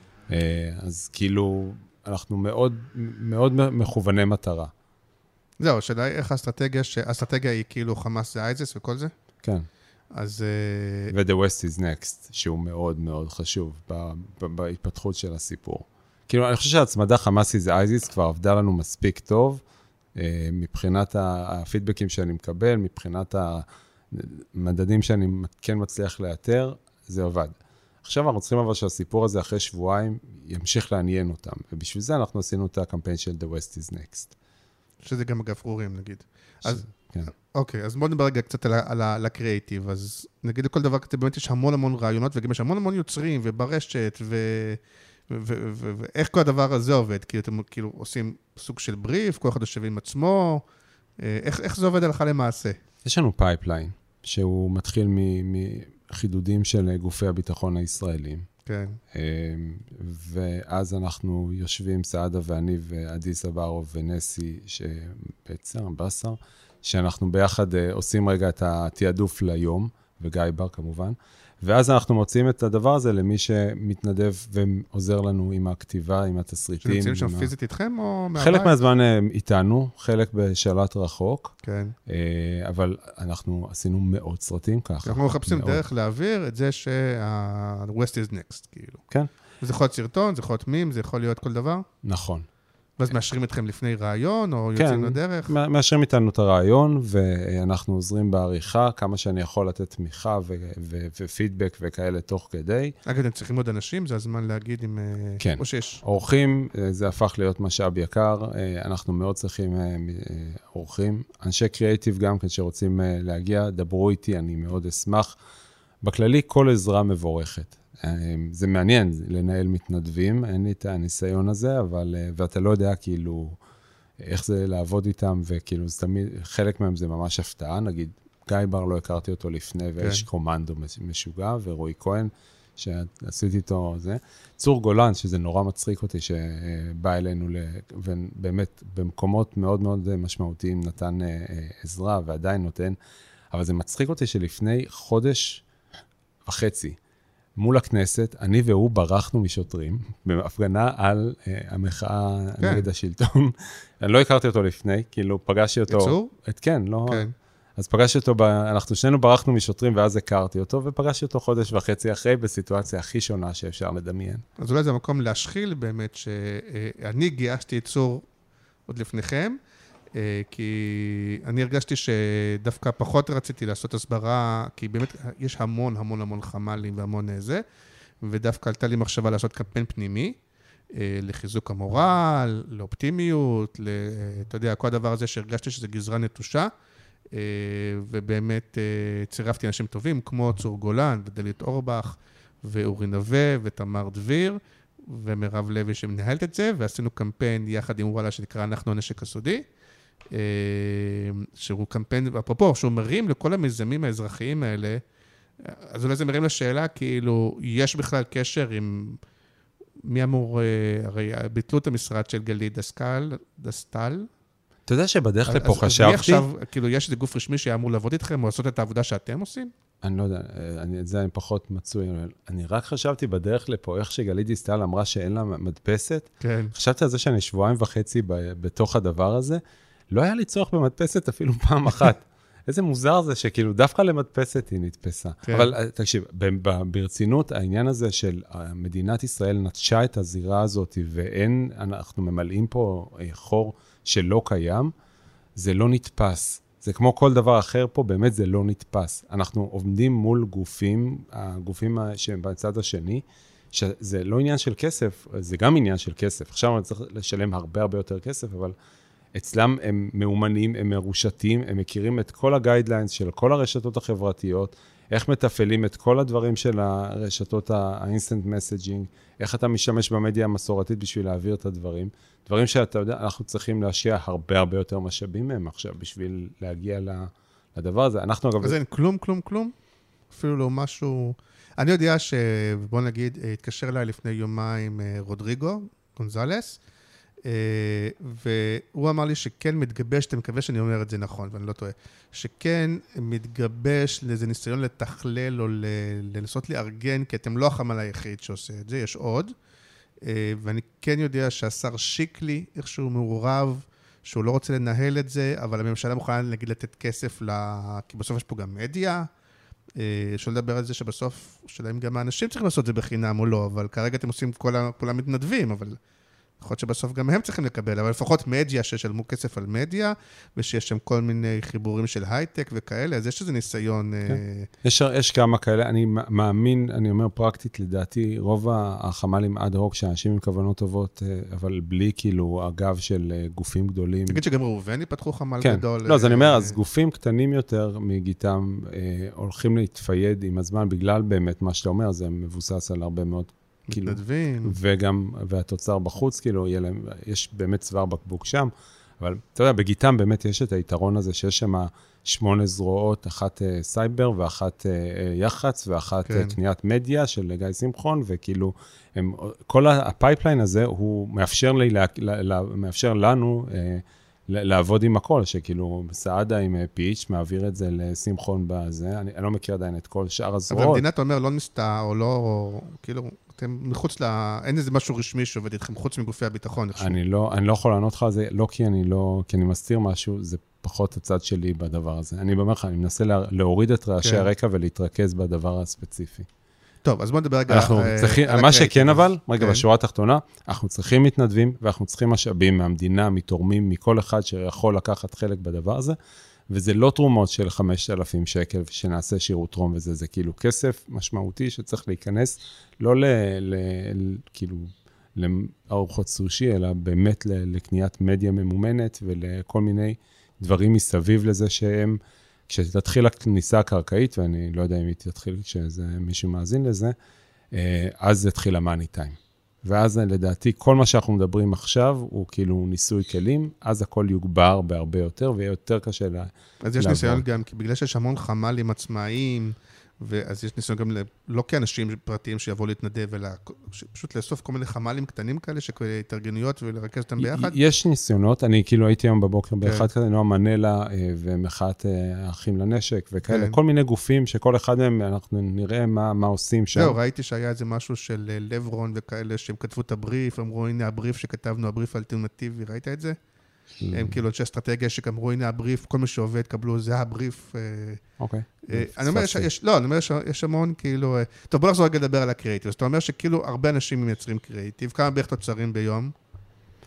אז כאילו אנחנו מאוד מכווני מטרה. זהו, השאלה היא איך האסטרטגיה היא כאילו חמאס זה אייזס וכל זה? כן. אז... ו-The West is Next, שהוא מאוד חשוב בהתפתחות של הסיפור. כאילו, אני חושב שהצמדה חמאסי זה אייזיס כבר עבדה לנו מספיק טוב, מבחינת הפידבקים שאני מקבל, מבחינת המדדים שאני כן מצליח לאתר, זה עבד. עכשיו אנחנו צריכים אבל שהסיפור הזה אחרי שבועיים ימשיך לעניין אותם, ובשביל זה אנחנו עשינו את הקמפיין של The West is Next. שזה גם הגפרורים, נגיד. כן. אוקיי, אז בואו נדבר רגע קצת על הקריאיטיב. אז נגיד לכל דבר כזה, באמת יש המון רעיונות, וגם יש המון יוצרים, וברשת, ואיך כל הדבר הזה עובד? כי אתם כאילו עושים סוג של בריף, כל אחד יושב עם עצמו, איך זה עובד הלכה למעשה? יש לנו פייפליין, שהוא מתחיל מחידודים של גופי הביטחון הישראלים. כן. ואז אנחנו יושבים, סעדה ואני ועדי סברו ונסי, שבעצם בסר, שאנחנו ביחד עושים רגע את התיעדוף ליום, וגיא בר כמובן, ואז אנחנו מוצאים את הדבר הזה למי שמתנדב ועוזר לנו עם הכתיבה, עם התסריטים. שנמצאים שם פיזית איתכם או מהבית? חלק מהזמן איתנו, חלק בשלט רחוק, כן. אבל אנחנו עשינו מאות סרטים ככה. אנחנו מחפשים דרך להעביר את זה שה-West is next, כאילו. כן. זה יכול להיות סרטון, זה יכול להיות מים, זה יכול להיות כל דבר. נכון. ואז מאשרים אתכם לפני רעיון, או יוצאים לדרך? כן, מאשרים איתנו את הרעיון, ואנחנו עוזרים בעריכה, כמה שאני יכול לתת תמיכה ופידבק וכאלה תוך כדי. אגב, אתם צריכים עוד אנשים? זה הזמן להגיד אם... כן. או שיש? אורחים, זה הפך להיות משאב יקר, אנחנו מאוד צריכים אורחים. אנשי קריאיטיב גם כן שרוצים להגיע, דברו איתי, אני מאוד אשמח. בכללי, כל עזרה מבורכת. זה מעניין לנהל מתנדבים, אין לי את הניסיון הזה, אבל, ואתה לא יודע כאילו איך זה לעבוד איתם, וכאילו זה תמיד, חלק מהם זה ממש הפתעה, נגיד גיא בר לא הכרתי אותו לפני, ויש קומנדו משוגע, ורועי כהן, שעשיתי איתו זה, צור גולן, שזה נורא מצחיק אותי, שבא אלינו, ובאמת במקומות מאוד מאוד משמעותיים נתן עזרה, ועדיין נותן, אבל זה מצחיק אותי שלפני חודש וחצי, מול הכנסת, אני והוא ברחנו משוטרים, בהפגנה על המחאה נגד השלטון. אני לא הכרתי אותו לפני, כאילו פגשתי אותו... יצור? כן, לא... אז פגשתי אותו, אנחנו שנינו ברחנו משוטרים, ואז הכרתי אותו, ופגשתי אותו חודש וחצי אחרי, בסיטואציה הכי שונה שאפשר לדמיין. אז אולי זה המקום להשחיל באמת, שאני גייסתי יצור עוד לפניכם, כי אני הרגשתי שדווקא פחות רציתי לעשות הסברה, כי באמת יש המון המון המון חמ"לים והמון זה, ודווקא עלתה לי מחשבה לעשות קמפיין פנימי, לחיזוק המורל, לאופטימיות, אתה יודע, כל הדבר הזה שהרגשתי שזה גזרה נטושה, ובאמת צירפתי אנשים טובים, כמו צור גולן ודלית אורבך, ואורי נווה ותמר דביר, ומרב לוי שמנהלת את זה, ועשינו קמפיין יחד עם וואלה שנקרא אנחנו הנשק הסודי, שהוא קמפיין, אפרופו, שהוא מרים לכל המיזמים האזרחיים האלה, אז אולי זה מרים לשאלה, כאילו, יש בכלל קשר עם מי אמור, הרי ביטלו את המשרד של גלית דסטל. אתה יודע שבדרך לפה חשבתי... עכשיו, כאילו, יש איזה גוף רשמי שאמור לעבוד איתכם, או לעשות את העבודה שאתם עושים? אני לא יודע, את זה אני פחות מצוי. אני רק חשבתי בדרך לפה, איך שגלית דיסטל אמרה שאין לה מדפסת. כן. חשבתי על זה שאני 2.5 שבועות בתוך הדבר הזה. לא היה לי צורך במדפסת אפילו פעם אחת. איזה מוזר זה שכאילו דווקא למדפסת היא נתפסה. כן. אבל תקשיב, ברצינות, העניין הזה של מדינת ישראל נטשה את הזירה הזאת, ואין, אנחנו ממלאים פה חור שלא קיים, זה לא נתפס. זה כמו כל דבר אחר פה, באמת זה לא נתפס. אנחנו עומדים מול הגופים שהם בצד השני, שזה לא עניין של כסף, זה גם עניין של כסף. עכשיו אני צריך לשלם הרבה הרבה יותר כסף, אבל אצלם הם מאומנים, הם מרושתים, הם מכירים את כל הגיידליינס של כל הרשתות החברתיות, איך מתפעלים את כל הדברים של הרשתות האינסטנט מסג'ינג, איך אתה משתמש במדיה המסורתית בשביל להעביר את הדברים. דברים שאתה יודע, אנחנו צריכים להשקיע הרבה הרבה יותר משאבים מהם עכשיו, בשביל להגיע לדבר הזה. אנחנו אגב... אז אין כלום, אפילו לא משהו... אני יודע שבוא נגיד, התקשר אליי לפני יומיים רודריגו גונזלס, והוא אמר לי שכן מתגבש, אתה מקווה שאני אומר את זה נכון, ואני לא טועה, שכן מתגבש לאיזה ניסיון לתכלל או לנסות לארגן, כי אתם לא החמ"ל היחיד שעושה את זה, יש עוד, ואני כן יודע שהשר שיקלי, איכשהו מעורב, שהוא לא רוצה לנהל את זה, אבל הממשלה מוכנה נגיד לתת כסף, כי בסוף יש פה גם מדיה, אפשר לדבר על זה שבסוף, שלהם גם האנשים צריכים לעשות את זה בחינם או לא, אבל כרגע אתם עושים כולם מתנדבים, אבל... יכול להיות שבסוף גם הם צריכים לקבל, אבל לפחות מדיה ששלמו כסף על מדיה, ושיש שם כל מיני חיבורים של הייטק וכאלה, אז יש איזה ניסיון... יש כמה כאלה, אני מאמין, אני אומר פרקטית, לדעתי, רוב החמ"לים עד הוק, שאנשים עם כוונות טובות, אבל בלי כאילו הגב של גופים גדולים. תגיד שגם ראובני פתחו חמ"ל גדול. לא, אז אני אומר, אז גופים קטנים יותר מגיתם, הולכים להתפייד עם הזמן, בגלל באמת מה שאתה אומר, זה מבוסס על הרבה מאוד מתנדבים. והתוצר בחוץ, כאילו, יש באמת צוואר בקבוק שם, אבל אתה יודע, בגיטם באמת יש את היתרון הזה, שיש שם 8 זרועות, אחת סייבר, ואחת יח"צ, ואחת קניית מדיה של גיא שמחון, וכאילו, כל הפייפליין הזה, הוא מאפשר לנו לעבוד עם הכל, שכאילו, סעדה עם פיץ', מעביר את זה לשמחון בזה, אני לא מכיר עדיין את כל שאר הזרועות. אבל המדינה, אתה אומר, לא נסתה, או לא, כאילו... אתם מחוץ אין איזה משהו רשמי שעובד איתכם, חוץ מגופי הביטחון. אני לא יכול לענות לך על זה, לא כי אני מסתיר משהו, זה פחות הצד שלי בדבר הזה. אני אומר לך, אני מנסה להוריד את רעשי הרקע ולהתרכז בדבר הספציפי. טוב, אז בוא נדבר רגע על מה שכן אבל, רגע, בשורה התחתונה, אנחנו צריכים מתנדבים, ואנחנו צריכים משאבים מהמדינה, מתורמים, מכל אחד שיכול לקחת חלק בדבר הזה, וזה לא תרומות של 5,000 שקל, שנעשה שירות תרום וזה, זה כאילו כסף משמעותי שצריך להיכנס, לא כאילו לארוחות סושי, אלא באמת לקניית מדיה ממומנת, ולכל מיני דברים מסביב לזה שהם, כשתתחיל הכניסה הקרקעית, ואני לא יודע אם היא תתחיל כשזה מישהו מאזין לזה, אז יתחיל המאני טיים. ואז לדעתי, כל מה שאנחנו מדברים עכשיו, הוא כאילו ניסוי כלים, אז הכל יוגבר בהרבה יותר, ויהיה יותר קשה לעבור. אז יש ניסיון גם, כי בגלל שיש המון חמ"לים עצמאיים, אז יש ניסיון גם לא כאנשים פרטיים שיבואו להתנדב, אלא פשוט לאסוף כל מיני חמ"לים קטנים כאלה, שכאלה התארגנויות ולרכז אותם ביחד. יש ניסיונות, אני כאילו הייתי היום בבוקר באחד כזה, נועה מנלה ומחאת האחים לנשק וכאלה, כל מיני גופים שכל אחד מהם אנחנו נראה מה עושים שם. זהו, ראיתי שהיה איזה משהו של לברון וכאלה, שהם כתבו את הבריף, אמרו, הנה הבריף שכתבנו, הבריף האלטרנטיבי, ראית את זה? הם כאילו אנשי אסטרטגיה שאמרו, הנה הבריף, כל מה שעובד, קבלו, זה הבריף. אוקיי. אני אומר שיש המון, כאילו... טוב, בוא נחזור רגע לדבר על הקריאיטיב. אז אתה אומר שכאילו הרבה אנשים מייצרים קריאיטיב. כמה בערך תוצרים ביום?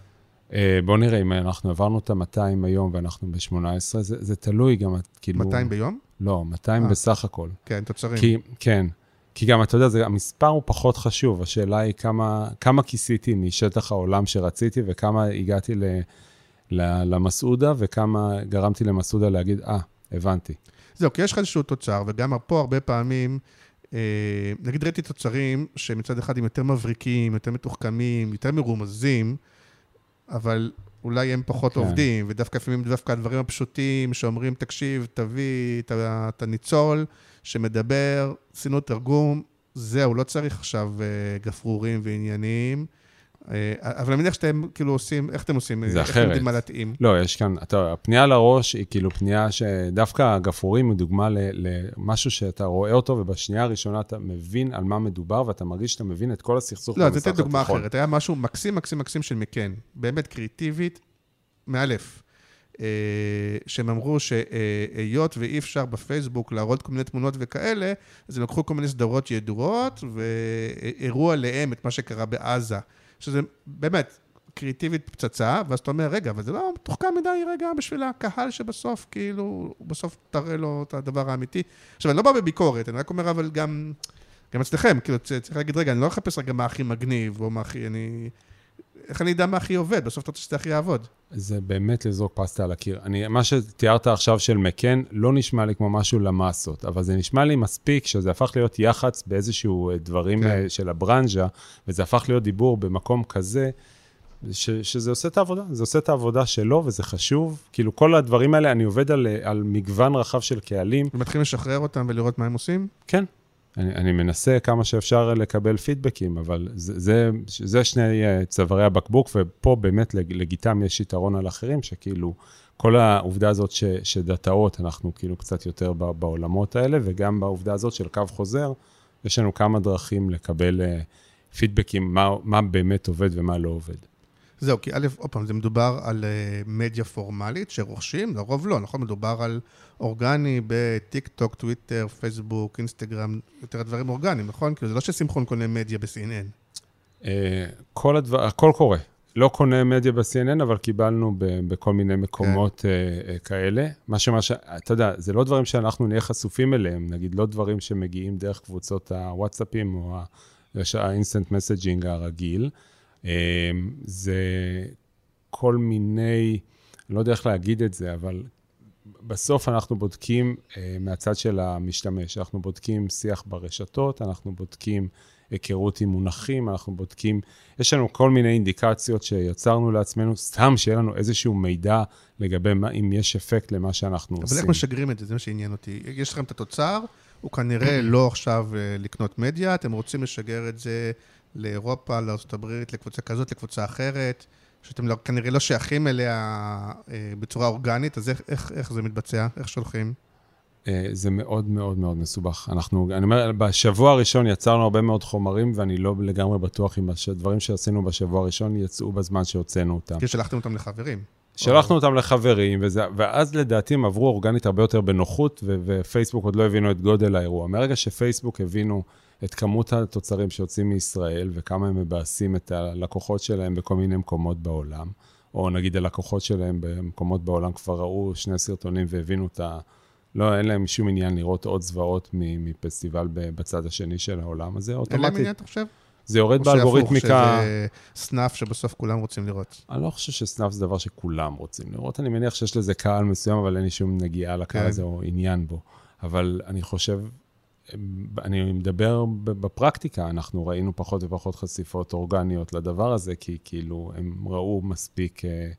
בוא נראה, אם אנחנו עברנו את ה-200 היום ואנחנו ב-18, זה תלוי גם, כאילו... 200 ביום? לא, 200 בסך הכל. כן, תוצרים. כן, כי גם, אתה יודע, המספר הוא פחות חשוב, השאלה היא כמה כיסיתי משטח העולם שרציתי, וכמה הגעתי למסעודה, וכמה גרמתי למסעודה להגיד, הבנתי. זהו, כי יש לך איזשהו תוצר, וגם פה הרבה פעמים, נגיד ראיתי תוצרים שמצד אחד הם יותר מבריקים, יותר מתוחכמים, יותר מרומזים, אבל אולי הם פחות עובדים, ודווקא לפעמים דווקא הדברים הפשוטים שאומרים, תקשיב, תביא את הניצול שמדבר, עשינו תרגום, זהו, לא צריך עכשיו גפרורים ועניינים, אבל אני מניח שאתם כאילו עושים, איך אתם עושים? זה אחרת. איך אתם יודעים מה להתאים? לא, יש כאן, הפנייה לראש היא כאילו פנייה שדווקא הגפרורים הוא דוגמה למשהו שאתה רואה אותו, ובשנייה הראשונה אתה מבין על מה מדובר, ואתה מרגיש שאתה מבין את כל הסכסוך. לא, זה דוגמה אחרת. היה משהו מקסים, מקסים, מקסים של מקן. באמת קריאטיבית, מאלף. שהם אמרו שהיות ואי אפשר בפייסבוק להראות כל מיני תמונות וכאלה, אז הם לקחו כל מיני סדרות ידועות, והראו עליהם את מה שקרה בעזה. שזה באמת קריאטיבית פצצה, ואז אתה אומר, רגע, אבל זה לא תוחכם מדי רגע בשביל הקהל שבסוף, כאילו, בסוף תראה לו את הדבר האמיתי. עכשיו, אני לא בא בביקורת, אני רק אומר, אבל גם אצלכם, כאילו, צריך להגיד, רגע, אני לא אחפש רגע מה הכי מגניב, או מה הכי, איך אני יודע מה הכי עובד? בסוף אתה רוצה שזה הכי יעבוד. זה באמת לזרוק פסטה על הקיר. מה שתיארת עכשיו של מקן, לא נשמע לי כמו משהו למסות, אבל זה נשמע לי מספיק שזה הפך להיות יח"צ באיזשהו דברים של הברנז'ה, וזה הפך להיות דיבור במקום כזה, שזה עושה את העבודה. זה עושה את העבודה שלו, וזה חשוב. כאילו, כל הדברים האלה, אני עובד על מגוון רחב של קהלים. ומתחילים לשחרר אותם ולראות מה הם עושים? כן. אני מנסה כמה שאפשר לקבל פידבקים, אבל זה שני צווארי הבקבוק, ופה באמת לגיטם יש יתרון על אחרים, שכאילו כל העובדה הזאת שדאטאות, אנחנו כאילו קצת יותר בעולמות האלה, וגם בעובדה הזאת של קו חוזר, יש לנו כמה דרכים לקבל פידבקים, מה באמת עובד ומה לא עובד. זהו, כי א', עוד פעם, זה מדובר על מדיה פורמלית שרוכשים, לרוב לא, נכון? מדובר על אורגני בטיק טוק, טוויטר, פייסבוק, אינסטגרם, יותר דברים אורגניים, נכון? כי זה לא שסימכון קונה מדיה ב-CNN. הכל קורה. לא קונה מדיה ב-CNN, אבל קיבלנו בכל מיני מקומות כאלה. אתה יודע, זה לא דברים שאנחנו נהיה חשופים אליהם, נגיד, לא דברים שמגיעים דרך קבוצות הוואטסאפים או האינסטנט מסג'ינג הרגיל. זה כל מיני, אני לא יודע איך להגיד את זה, אבל בסוף אנחנו בודקים מהצד של המשתמש, אנחנו בודקים שיח ברשתות, אנחנו בודקים היכרות עם מונחים, אנחנו בודקים, יש לנו כל מיני אינדיקציות שיצרנו לעצמנו, סתם שיהיה לנו איזשהו מידע לגבי אם יש אפקט למה שאנחנו עושים. אבל איך משגרים את זה? זה מה שעניין אותי. יש לכם את התוצר, הוא כנראה לא עכשיו לקנות מדיה, אתם רוצים לשגר את זה לאירופה, לארצות הברית, לקבוצה כזאת, לקבוצה אחרת, שאתם כנראה לא שייכים אליה בצורה אורגנית, אז איך זה מתבצע? איך שולחים? זה מאוד מאוד מאוד מסובך. אני אומר, בשבוע הראשון יצרנו הרבה מאוד חומרים, ואני לא לגמרי בטוח אם הדברים שעשינו בשבוע הראשון יצאו בזמן שהוצאנו אותם. כי שלחתם אותם לחברים. שלחנו אותם לחברים, ואז לדעתי הם עברו אורגנית הרבה יותר בנוחות, ופייסבוק עוד לא הבינו את גודל האירוע. מרגע שפייסבוק הבינו את כמות התוצרים שיוצאים מישראל, וכמה הם מבאסים את הלקוחות שלהם בכל מיני מקומות בעולם, או נגיד הלקוחות שלהם במקומות בעולם כבר ראו שני סרטונים והבינו לא, אין להם שום עניין לראות עוד זוועות מפסטיבל בצד השני של העולם הזה, אוטומטית. אין להם עניין, אתה חושב? זה יורד באלגוריתמיקה. שזה סנאפ שבסוף כולם רוצים לראות. אני לא חושב שסנאפ זה דבר שכולם רוצים לראות. אני מניח שיש לזה קהל מסוים, אבל אין לי שום נגיעה לקהל הזה או עניין בו. אבל אני חושב, אני מדבר בפרקטיקה, אנחנו ראינו פחות ופחות חשיפות אורגניות לדבר הזה, כי כאילו הם ראו מספיק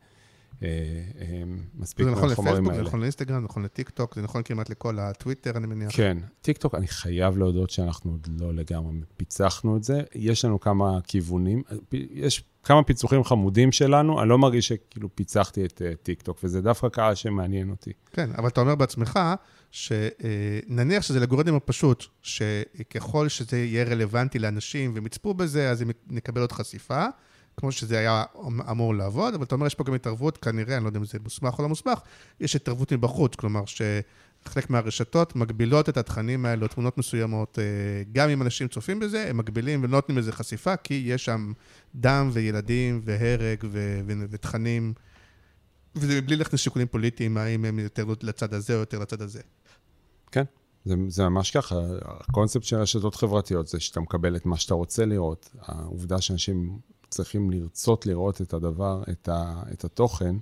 מהחומרים האלה. זה נכון לפייסבוק, זה נכון לאינסטגרם, זה נכון לטיק טוק, זה נכון כמעט לכל הטוויטר, אני מניח. כן, טיק טוק, אני חייב להודות שאנחנו עוד לא לגמרי פיצחנו את זה. יש לנו כמה כיוונים, יש כמה פיצוחים חמודים שלנו, אני לא מרגיש שכאילו פיצחתי את טיק טוק, וזה דווקא קהל שמעניין אותי. כן, אבל אתה אומר בעצמך, שנניח שזה לגורדים הפשוט, שככל שזה יהיה רלוונטי לאנשים והם יצפו בזה, אז הם נקבל עוד חשיפה, כמו שזה היה אמור לעבוד, אבל אתה אומר, יש פה גם התערבות, כנראה, אני לא יודע אם זה מוסמך או לא מוסמך, יש התערבות מבחוץ, כלומר חלק מהרשתות מגבילות את התכנים האלו, תמונות מסוימות, גם אם אנשים צופים בזה, הם מגבילים ולא נותנים לזה חשיפה, כי יש שם דם וילדים והרג ותכנים, וזה בלי ללכת לשיקולים פוליטיים, האם הם יותר לצד הזה או יותר לצד הזה. כן, זה ממש ככה. הקונספט של רשתות חברתיות זה שאתה מקבל את מה שאתה רוצה לראות. העובדה שאנשים צריכים לרצות לראות את הדבר, את התוכן,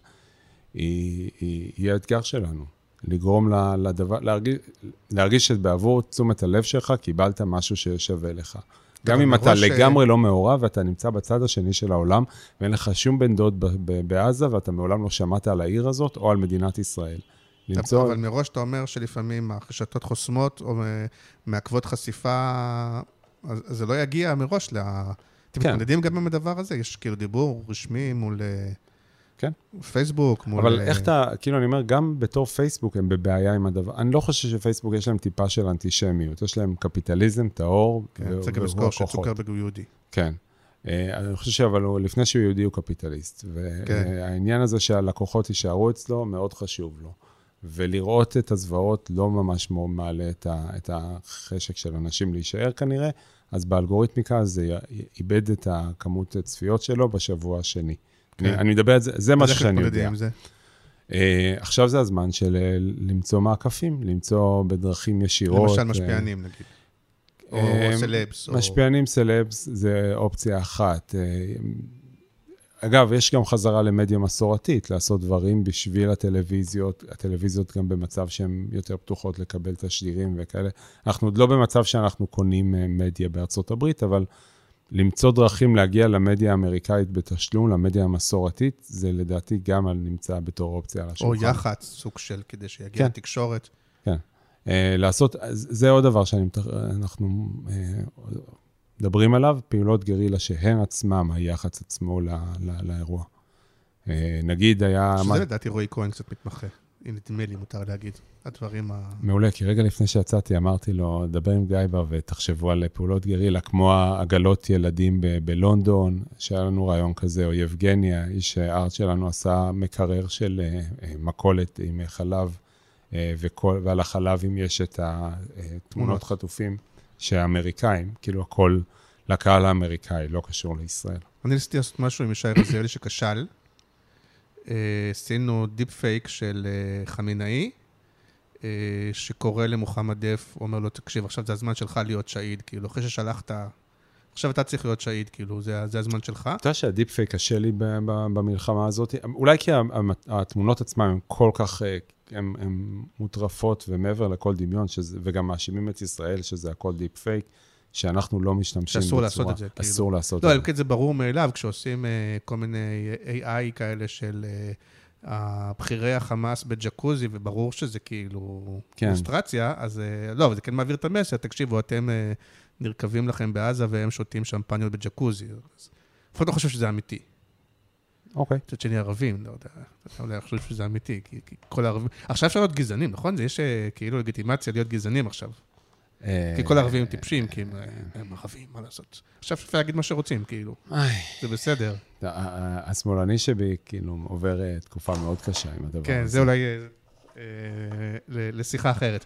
היא האתגר שלנו. לגרום לדבר, להרגיש שבעבור תשומת הלב שלך, קיבלת משהו ששווה לך. גם אם אתה לגמרי לא מעורב, ואתה נמצא בצד השני של העולם, ואין לך שום בן דוד בעזה, ואתה מעולם לא שמעת על העיר הזאת, או על מדינת ישראל. אבל מראש אתה אומר שלפעמים הרשתות חוסמות, או מעכבות חשיפה, אז זה לא יגיע מראש אתם מתמודדים גם עם הדבר הזה? יש כאילו דיבור רשמי מול פייסבוק, מול... אבל איך אתה, כאילו אני אומר, גם בתור פייסבוק הם בבעיה עם הדבר. אני לא חושב שפייסבוק יש להם טיפה של אנטישמיות. יש להם קפיטליזם, טהור, צריך לזכור שצוקרברג הוא יהודי. כן. אני חושב שאבל לפני שהוא יהודי הוא קפיטליסט. והעניין הזה שהלקוחות יישארו אצלו מאוד חשוב לו. ולראות את הזוועות לא ממש מעלה את החשק של אנשים להישאר כנראה, אז באלגוריתמיקה זה איבד את הכמות הצפיות שלו בשבוע השני. אני מדבר על זה, זה מה שאני יודע. עכשיו זה הזמן של למצוא מעקפים, למצוא בדרכים ישירות. למשל משפיענים נגיד, או סלבס. משפיענים סלבס זה אופציה אחת. אגב, יש גם חזרה למדיה מסורתית, לעשות דברים בשביל הטלוויזיות, הטלוויזיות גם במצב שהן יותר פתוחות לקבל תשדירים וכאלה. אנחנו עוד לא במצב שאנחנו קונים מדיה בארצות הברית, אבל למצוא דרכים להגיע למדיה האמריקאית בתשלום, למדיה המסורתית, זה לדעתי גם נמצא בתור אופציה על השולחן. או יח"צ, סוג של, כדי שיגיע לתקשורת. כן. לעשות, זה עוד דבר שאנחנו מדברים עליו, פעולות גרילה שהן עצמם, היח"צ עצמו לאירוע. נגיד היה... שזה לדעתי רועי כהן קצת מתמחה. הנה, נדמה לי, מותר להגיד. הדברים מעולה, כי רגע לפני שיצאתי, אמרתי לו, דבר עם גייבר ותחשבו על פעולות גרילה, כמו עגלות ילדים בלונדון, שהיה לנו רעיון כזה, או יבגניה, איש הארט שלנו עשה מקרר של מקולת עם חלב, ועל החלב אם יש את התמונות חטופים שהאמריקאים, כאילו הכל לקהל האמריקאי, לא קשור לישראל. אני ניסיתי לעשות משהו עם ישי רזיאלי שכשל, עשינו דיפ פייק של חמינאי, שקורא למוחמד דף, הוא אומר לו, תקשיב, עכשיו זה הזמן שלך להיות שהיד, כאילו, אחרי ששלחת, עכשיו אתה צריך להיות שהיד, כאילו, זה הזמן שלך. אתה יודע שהדיפ פייק קשה לי במלחמה הזאת, אולי כי התמונות עצמן הן כל כך, הן מוטרפות ומעבר לכל דמיון, וגם מאשימים את ישראל שזה הכל דיפ פייק, שאנחנו לא משתמשים בצורה. שאסור לעשות את זה. אסור לעשות את זה. לא, כי זה ברור מאליו, כשעושים כל מיני AI כאלה של הבחירי החמאס בג'קוזי, וברור שזה כאילו אוסטרציה, אז לא, אבל זה כן מעביר את המסר, תקשיבו, אתם נרכבים לכם בעזה, והם שותים שמפניות בג'קוזי. לפחות לא חושב שזה אמיתי. אוקיי. קצת שני ערבים, לא יודע, אולי חושב שזה אמיתי, כי כל הערבים... עכשיו אפשר להיות גזענים, נכון? יש כאילו לגיטימציה להיות גזענים עכשיו. כי כל הערבים טיפשים, כי הם ערבים, מה לעשות? עכשיו אפשר להגיד מה שרוצים, כאילו. זה בסדר. השמאלני שבי, כאילו, עובר תקופה מאוד קשה עם הדבר הזה. כן, זה אולי לשיחה אחרת.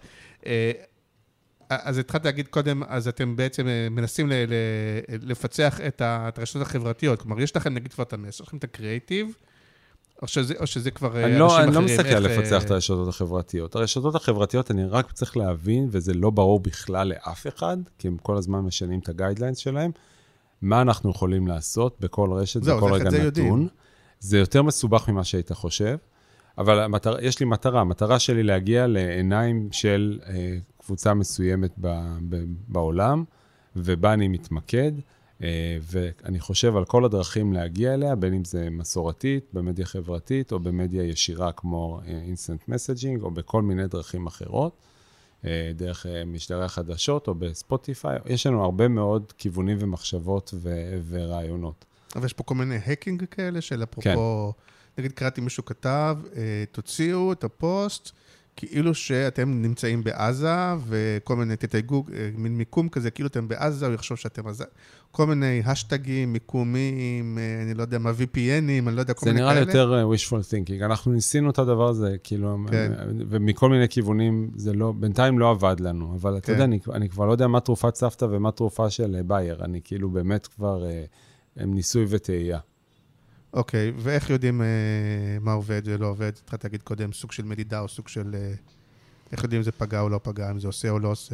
אז התחלת להגיד קודם, אז אתם בעצם מנסים לפצח את הרשתות החברתיות. כלומר, יש לכם, נגיד כבר את המסר, יש לכם את הקריאטיב, או שזה כבר אנשים אחרים. אני לא מסתכל לפצח את הרשתות החברתיות. הרשתות החברתיות, אני רק צריך להבין, וזה לא ברור בכלל לאף אחד, כי הם כל הזמן משנים את הגיידליינס שלהם, מה אנחנו יכולים לעשות בכל רשת, בכל רגע נתון. זה יותר מסובך ממה שהיית חושב, אבל יש לי מטרה. המטרה שלי להגיע לעיניים של קבוצה מסוימת בעולם, ובה אני מתמקד, ואני חושב על כל הדרכים להגיע אליה, בין אם זה מסורתית, במדיה חברתית, או במדיה ישירה כמו instant messaging, או בכל מיני דרכים אחרות, דרך משדרי החדשות, או בספוטיפיי. יש לנו הרבה מאוד כיוונים ומחשבות ורעיונות. אבל יש פה כל מיני הקינג כאלה, של אפרופו, נגיד קראתי מישהו כתב, תוציאו את הפוסט, כאילו שאתם נמצאים בעזה, וכל מיני תתייגו, מין מיקום כזה, כאילו אתם בעזה, הוא יחשוב שאתם עזה. כל מיני השטגים, מיקומים, אני לא יודע מה, VPNים, אני לא יודע, כל מיני כאלה. זה נראה לי יותר wishful thinking. אנחנו ניסינו את הדבר הזה, כאילו, ומכל מיני כיוונים, זה לא, בינתיים לא עבד לנו, אבל אתה יודע, אני כבר לא יודע מה תרופת סבתא ומה תרופה של בייר. אני כאילו באמת כבר, הם ניסוי וטעייה. אוקיי, ואיך יודעים מה עובד ולא עובד? התחלת להגיד קודם, סוג של מדידה או סוג של... איך יודעים אם זה פגע או לא פגע, אם זה עושה או לא עושה?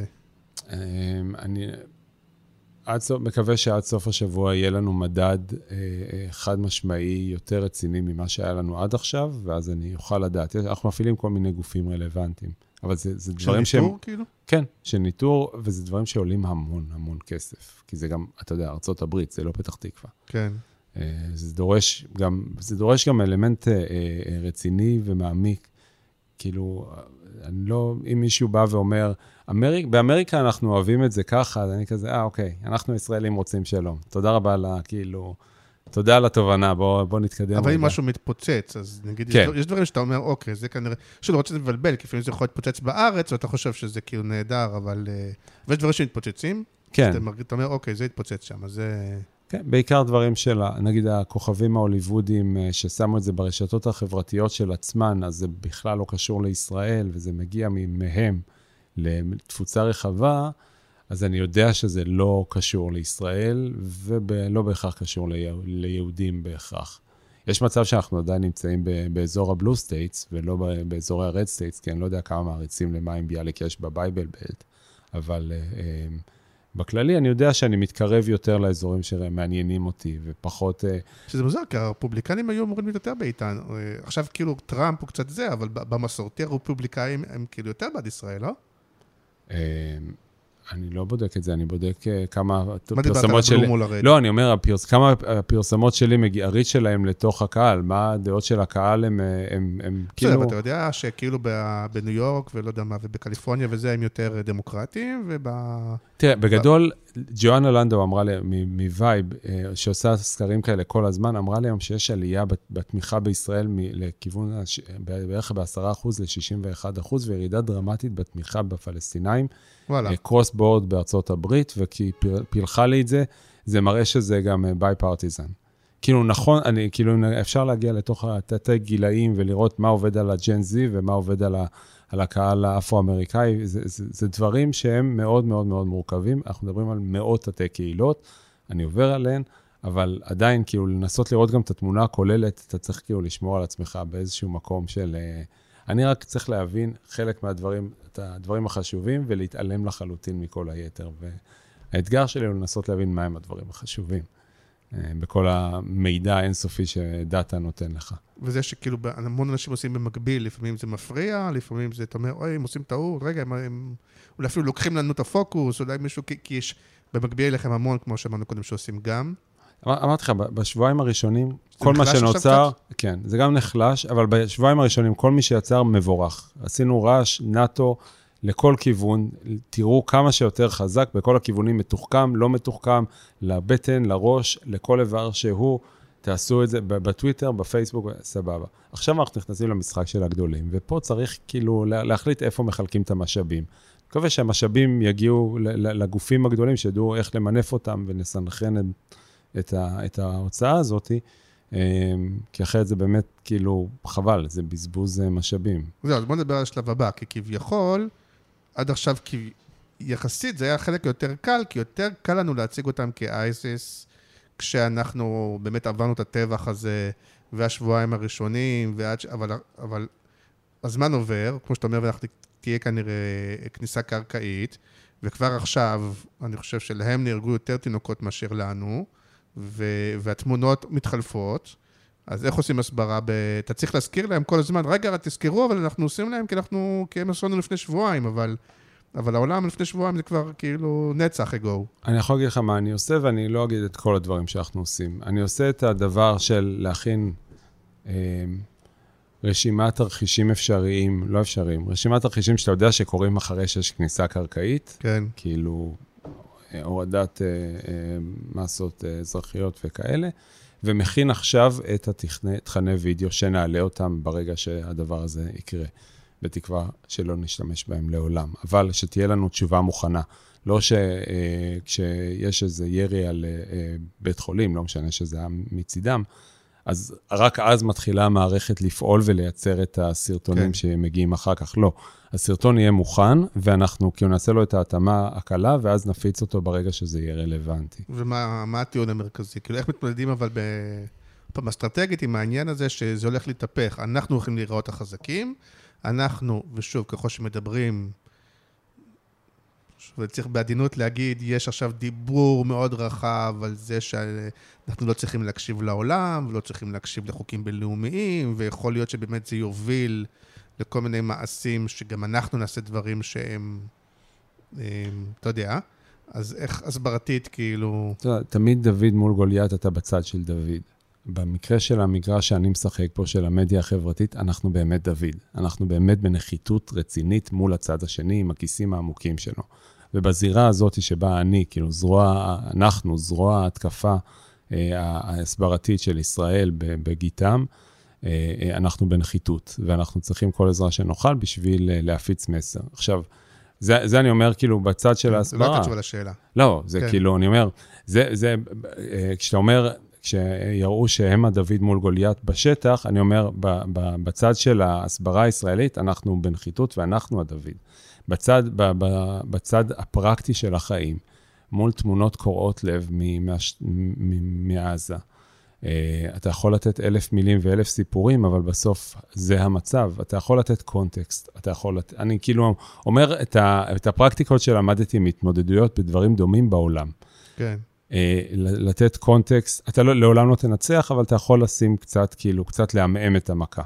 אני מקווה שעד סוף השבוע יהיה לנו מדד חד משמעי יותר רציני ממה שהיה לנו עד עכשיו, ואז אני אוכל לדעת. אנחנו מפעילים כל מיני גופים רלוונטיים, אבל זה דברים שהם... שניטור כאילו? כן, שניטור, וזה דברים שעולים המון המון כסף. כי זה גם, אתה יודע, ארצות הברית, זה לא פתח תקווה. כן. זה דורש גם אלמנט רציני ומעמיק. כאילו, אני לא, אם מישהו בא ואומר, באמריקה אנחנו אוהבים את זה ככה, אז אני כזה, אוקיי, אנחנו ישראלים רוצים שלום. תודה רבה לה, כאילו, תודה על התובנה, בוא נתקדם. אבל אם משהו מתפוצץ, אז נגיד, יש דברים שאתה אומר, אוקיי, זה כנראה, שלא רוצה לבלבל, כי לפעמים זה יכול להתפוצץ בארץ, ואתה חושב שזה כאילו נהדר, אבל... ויש דברים שמתפוצצים, כן. אתה אומר, אוקיי, זה התפוצץ שם, אז זה... כן, בעיקר דברים של, נגיד, הכוכבים ההוליוודיים ששמו את זה ברשתות החברתיות של עצמן, אז זה בכלל לא קשור לישראל, וזה מגיע מהם לתפוצה רחבה, אז אני יודע שזה לא קשור לישראל, ולא בהכרח קשור ליהודים בהכרח. יש מצב שאנחנו עדיין נמצאים באזור הבלו סטייטס, ולא באזורי הרד סטייטס, כי אני לא יודע כמה מעריצים למים ביאליק יש בבייבל בלט, אבל... בכללי, אני יודע שאני מתקרב יותר לאזורים שמעניינים אותי, ופחות... שזה מוזר, כי הרפובליקנים היו אמורים להיות יותר באיתן. עכשיו כאילו טראמפ הוא קצת זה, אבל במסורתי הרפובליקאים הם כאילו יותר בעד ישראל, לא? אני לא בודק את זה, אני בודק כמה פרסמות שלי... לא, אני אומר, כמה הפרסמות שלי, הריץ שלהם לתוך הקהל, מה הדעות של הקהל הם כאילו... בסדר, אתה יודע שכאילו בניו יורק, ולא יודע מה, ובקליפורניה וזה, הם יותר דמוקרטיים, תראה, בגדול, ג'ואנה לנדו אמרה לי, מווייב, שעושה סקרים כאלה כל הזמן, אמרה לי היום שיש עלייה בתמיכה בישראל לכיוון בערך ב10% ל61%, וירידה דרמטית בתמיכה בפלסטינאים, קרוס בורד בארצות הברית, וכי פילחה לי את זה, זה מראה שזה גם ביי-פרטיזן. כאילו נכון, כאילו אפשר להגיע לתוך התתי גילאים ולראות מה עובד על הג'ן זי ומה עובד על הקהל האפרו-אמריקאי. זה דברים שהם מאוד מאוד מאוד מורכבים. אנחנו מדברים על מאות תתי קהילות, אני עובר עליהן, אבל עדיין כאילו לנסות לראות גם את התמונה הכוללת, אתה צריך כאילו לשמור על עצמך באיזשהו מקום של... אני רק צריך להבין חלק מהדברים, את הדברים החשובים, ולהתעלם לחלוטין מכל היתר. והאתגר שלי הוא לנסות להבין מהם הדברים החשובים, בכל המידע האינסופי שדאטה נותן לך. וזה שכאילו המון אנשים עושים במקביל, לפעמים זה מפריע, לפעמים זה, אתה אומר, אוי, הם עושים טעות, רגע, הם אולי אפילו לוקחים לנו את הפוקוס, אולי מישהו, כי יש במקביל אליכם המון, כמו שאמרנו קודם, שעושים גם. אמרתי לך, בשבועיים הראשונים, כל מה שנוצר, כן, זה גם נחלש, אבל בשבועיים הראשונים, כל מי שיצר מבורך. עשינו רעש, נאטו, לכל כיוון, תראו כמה שיותר חזק, בכל הכיוונים מתוחכם, לא מתוחכם, לבטן, לראש, לכל איבר שהוא, תעשו את זה בטוויטר, בפייסבוק, סבבה. עכשיו אנחנו נכנסים למשחק של הגדולים, ופה צריך כאילו להחליט איפה מחלקים את המשאבים. אני מקווה שהמשאבים יגיעו לגופים הגדולים, שידעו איך למנף אותם ונסנכרן את ההוצאה הזאת, כי אחרת זה באמת כאילו חבל, זה בזבוז משאבים. זהו, אז בוא נדבר על השלב הבא, כי כביכול, עד עכשיו יחסית זה היה חלק יותר קל, כי יותר קל לנו להציג אותם כאייסיס, כשאנחנו באמת עברנו את הטבח הזה, והשבועיים הראשונים, אבל הזמן עובר, כמו שאתה אומר, ואנחנו תהיה כנראה כניסה קרקעית, וכבר עכשיו, אני חושב שלהם נהרגו יותר תינוקות מאשר לנו, והתמונות מתחלפות, אז איך עושים הסברה? אתה צריך להזכיר להם כל הזמן, רגע, תזכרו, אבל אנחנו עושים להם, כי הם עשו לנו לפני שבועיים, אבל העולם לפני שבועיים זה כבר כאילו נצח אגו. אני יכול להגיד לך מה אני עושה, ואני לא אגיד את כל הדברים שאנחנו עושים. אני עושה את הדבר של להכין רשימת תרחישים אפשריים, לא אפשריים, רשימת תרחישים שאתה יודע שקורים אחרי שיש כניסה קרקעית, כן. כאילו הורדת מסות אזרחיות וכאלה, ומכין עכשיו את התכני וידאו שנעלה אותם ברגע שהדבר הזה יקרה. בתקווה שלא נשתמש בהם לעולם. אבל שתהיה לנו תשובה מוכנה. לא שכשיש איזה ירי על בית חולים, לא משנה שזה היה מצידם, אז רק אז מתחילה המערכת לפעול ולייצר את הסרטונים שמגיעים אחר כך. לא, הסרטון יהיה מוכן, ואנחנו כאילו נעשה לו את ההתאמה הקלה, ואז נפיץ אותו ברגע שזה יהיה רלוונטי. ומה הטיעון המרכזי? כאילו איך מתמודדים אבל פעם אסטרטגית עם העניין הזה שזה הולך להתהפך. אנחנו הולכים להיראות החזקים, אנחנו, ושוב, ככל שמדברים, וצריך בעדינות להגיד, יש עכשיו דיבור מאוד רחב על זה שאנחנו לא צריכים להקשיב לעולם, ולא צריכים להקשיב לחוקים בינלאומיים, ויכול להיות שבאמת זה יוביל לכל מיני מעשים, שגם אנחנו נעשה דברים שהם, אתה יודע, אז איך הסברתית כאילו... תמיד דוד מול גוליית, אתה בצד של דוד. במקרה של המגרש שאני משחק פה, של המדיה החברתית, אנחנו באמת דוד. אנחנו באמת בנחיתות רצינית מול הצד השני, עם הכיסים העמוקים שלו. ובזירה הזאת שבה אני, כאילו זרוע ההתקפה ההסברתית של ישראל בגיטם, אנחנו בנחיתות, ואנחנו צריכים כל עזרה שנוכל בשביל להפיץ מסר. עכשיו, זה אני אומר כאילו בצד של ההסברה. לא תתשובה לשאלה. לא, זה כאילו, אני אומר, כשאתה אומר, כשיראו שהם הדוד מול גוליית בשטח, אני אומר, בצד של ההסברה הישראלית, אנחנו בנחיתות ואנחנו הדוד. בצד הפרקטי של החיים, מול תמונות קוראות לב מעזה. אתה יכול לתת 1,000 מילים ו1,000 סיפורים, אבל בסוף זה המצב. אתה יכול לתת קונטקסט. אני כאילו אומר את הפרקטיקות שלמדתי מתמודדויות בדברים דומים בעולם. כן. לתת קונטקסט, אתה לעולם לא תנצח, אבל אתה יכול לשים קצת לעמעם את המכה.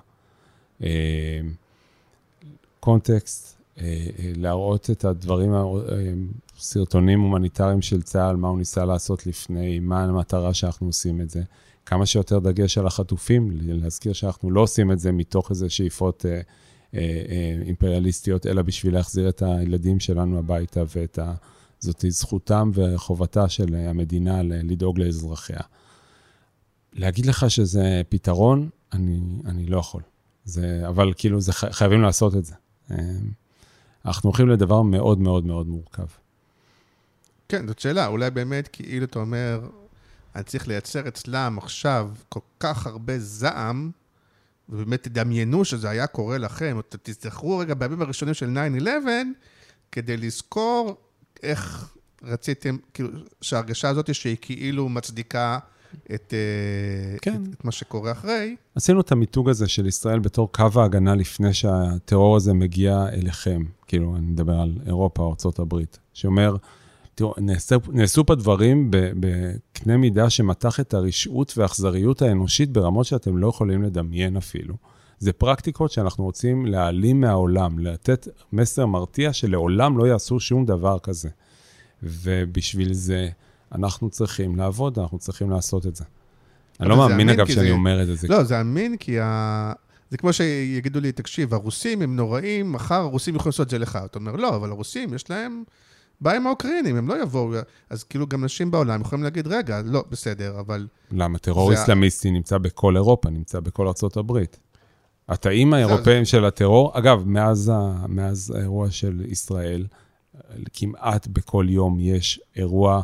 קונטקסט, להראות את הדברים, סרטונים הומניטריים של צה"ל, מה הוא ניסה לעשות לפני, מה המטרה שאנחנו עושים את זה. כמה שיותר דגש על החטופים, להזכיר שאנחנו לא עושים את זה מתוך איזה שאיפות אימפריאליסטיות, אלא בשביל להחזיר את הילדים שלנו הביתה ואת זאת זכותם וחובתה של המדינה לדאוג לאזרחיה. להגיד לך שזה פתרון, אני לא יכול. אבל כאילו חייבים לעשות את זה. אנחנו הולכים לדבר מאוד מאוד מאוד מורכב. כן, זאת שאלה. אולי באמת כאילו אתה אומר, אני צריך לייצר אצלם עכשיו כל כך הרבה זעם, ובאמת תדמיינו שזה היה קורה לכם, או תזכרו רגע בימים הראשונים של 9/11, כדי לזכור איך רציתם, כאילו, שההרגשה הזאת שהיא כאילו מצדיקה את מה שקורה אחרי. עשינו את המיתוג הזה של ישראל בתור קו ההגנה לפני שהטרור הזה מגיע אליכם. כאילו, אני מדבר על אירופה או ארצות הברית, שאומר, תראו, נעשו פה דברים בקנה מידה שמתח את הרשעות והאכזריות האנושית ברמות שאתם לא יכולים לדמיין אפילו. זה פרקטיקות שאנחנו רוצים להעלים מהעולם, לתת מסר מרתיע שלעולם לא יעשו שום דבר כזה. ובשביל זה אנחנו צריכים לעבוד, אנחנו צריכים לעשות את זה. אני לא מאמין אגב שאני אומר את זה. לא, זה אמין כי זה כמו שיגידו לי, תקשיב, הרוסים הם נוראים, מחר הרוסים יכולים לעשות את זה לך. אתה אומר, לא, אבל הרוסים יש להם בעיה עם האוקראינים, הם לא יבואו, אז כאילו גם נשים בעולם יכולים להגיד, רגע, לא, בסדר, אבל... למה? טרור איסלאמיסטי נמצא בכל אירופה, נמצא בכל ארצות הברית. התאים האירופאים של הטרור, אגב, מאז האירוע של ישראל, כמעט בכל יום יש אירוע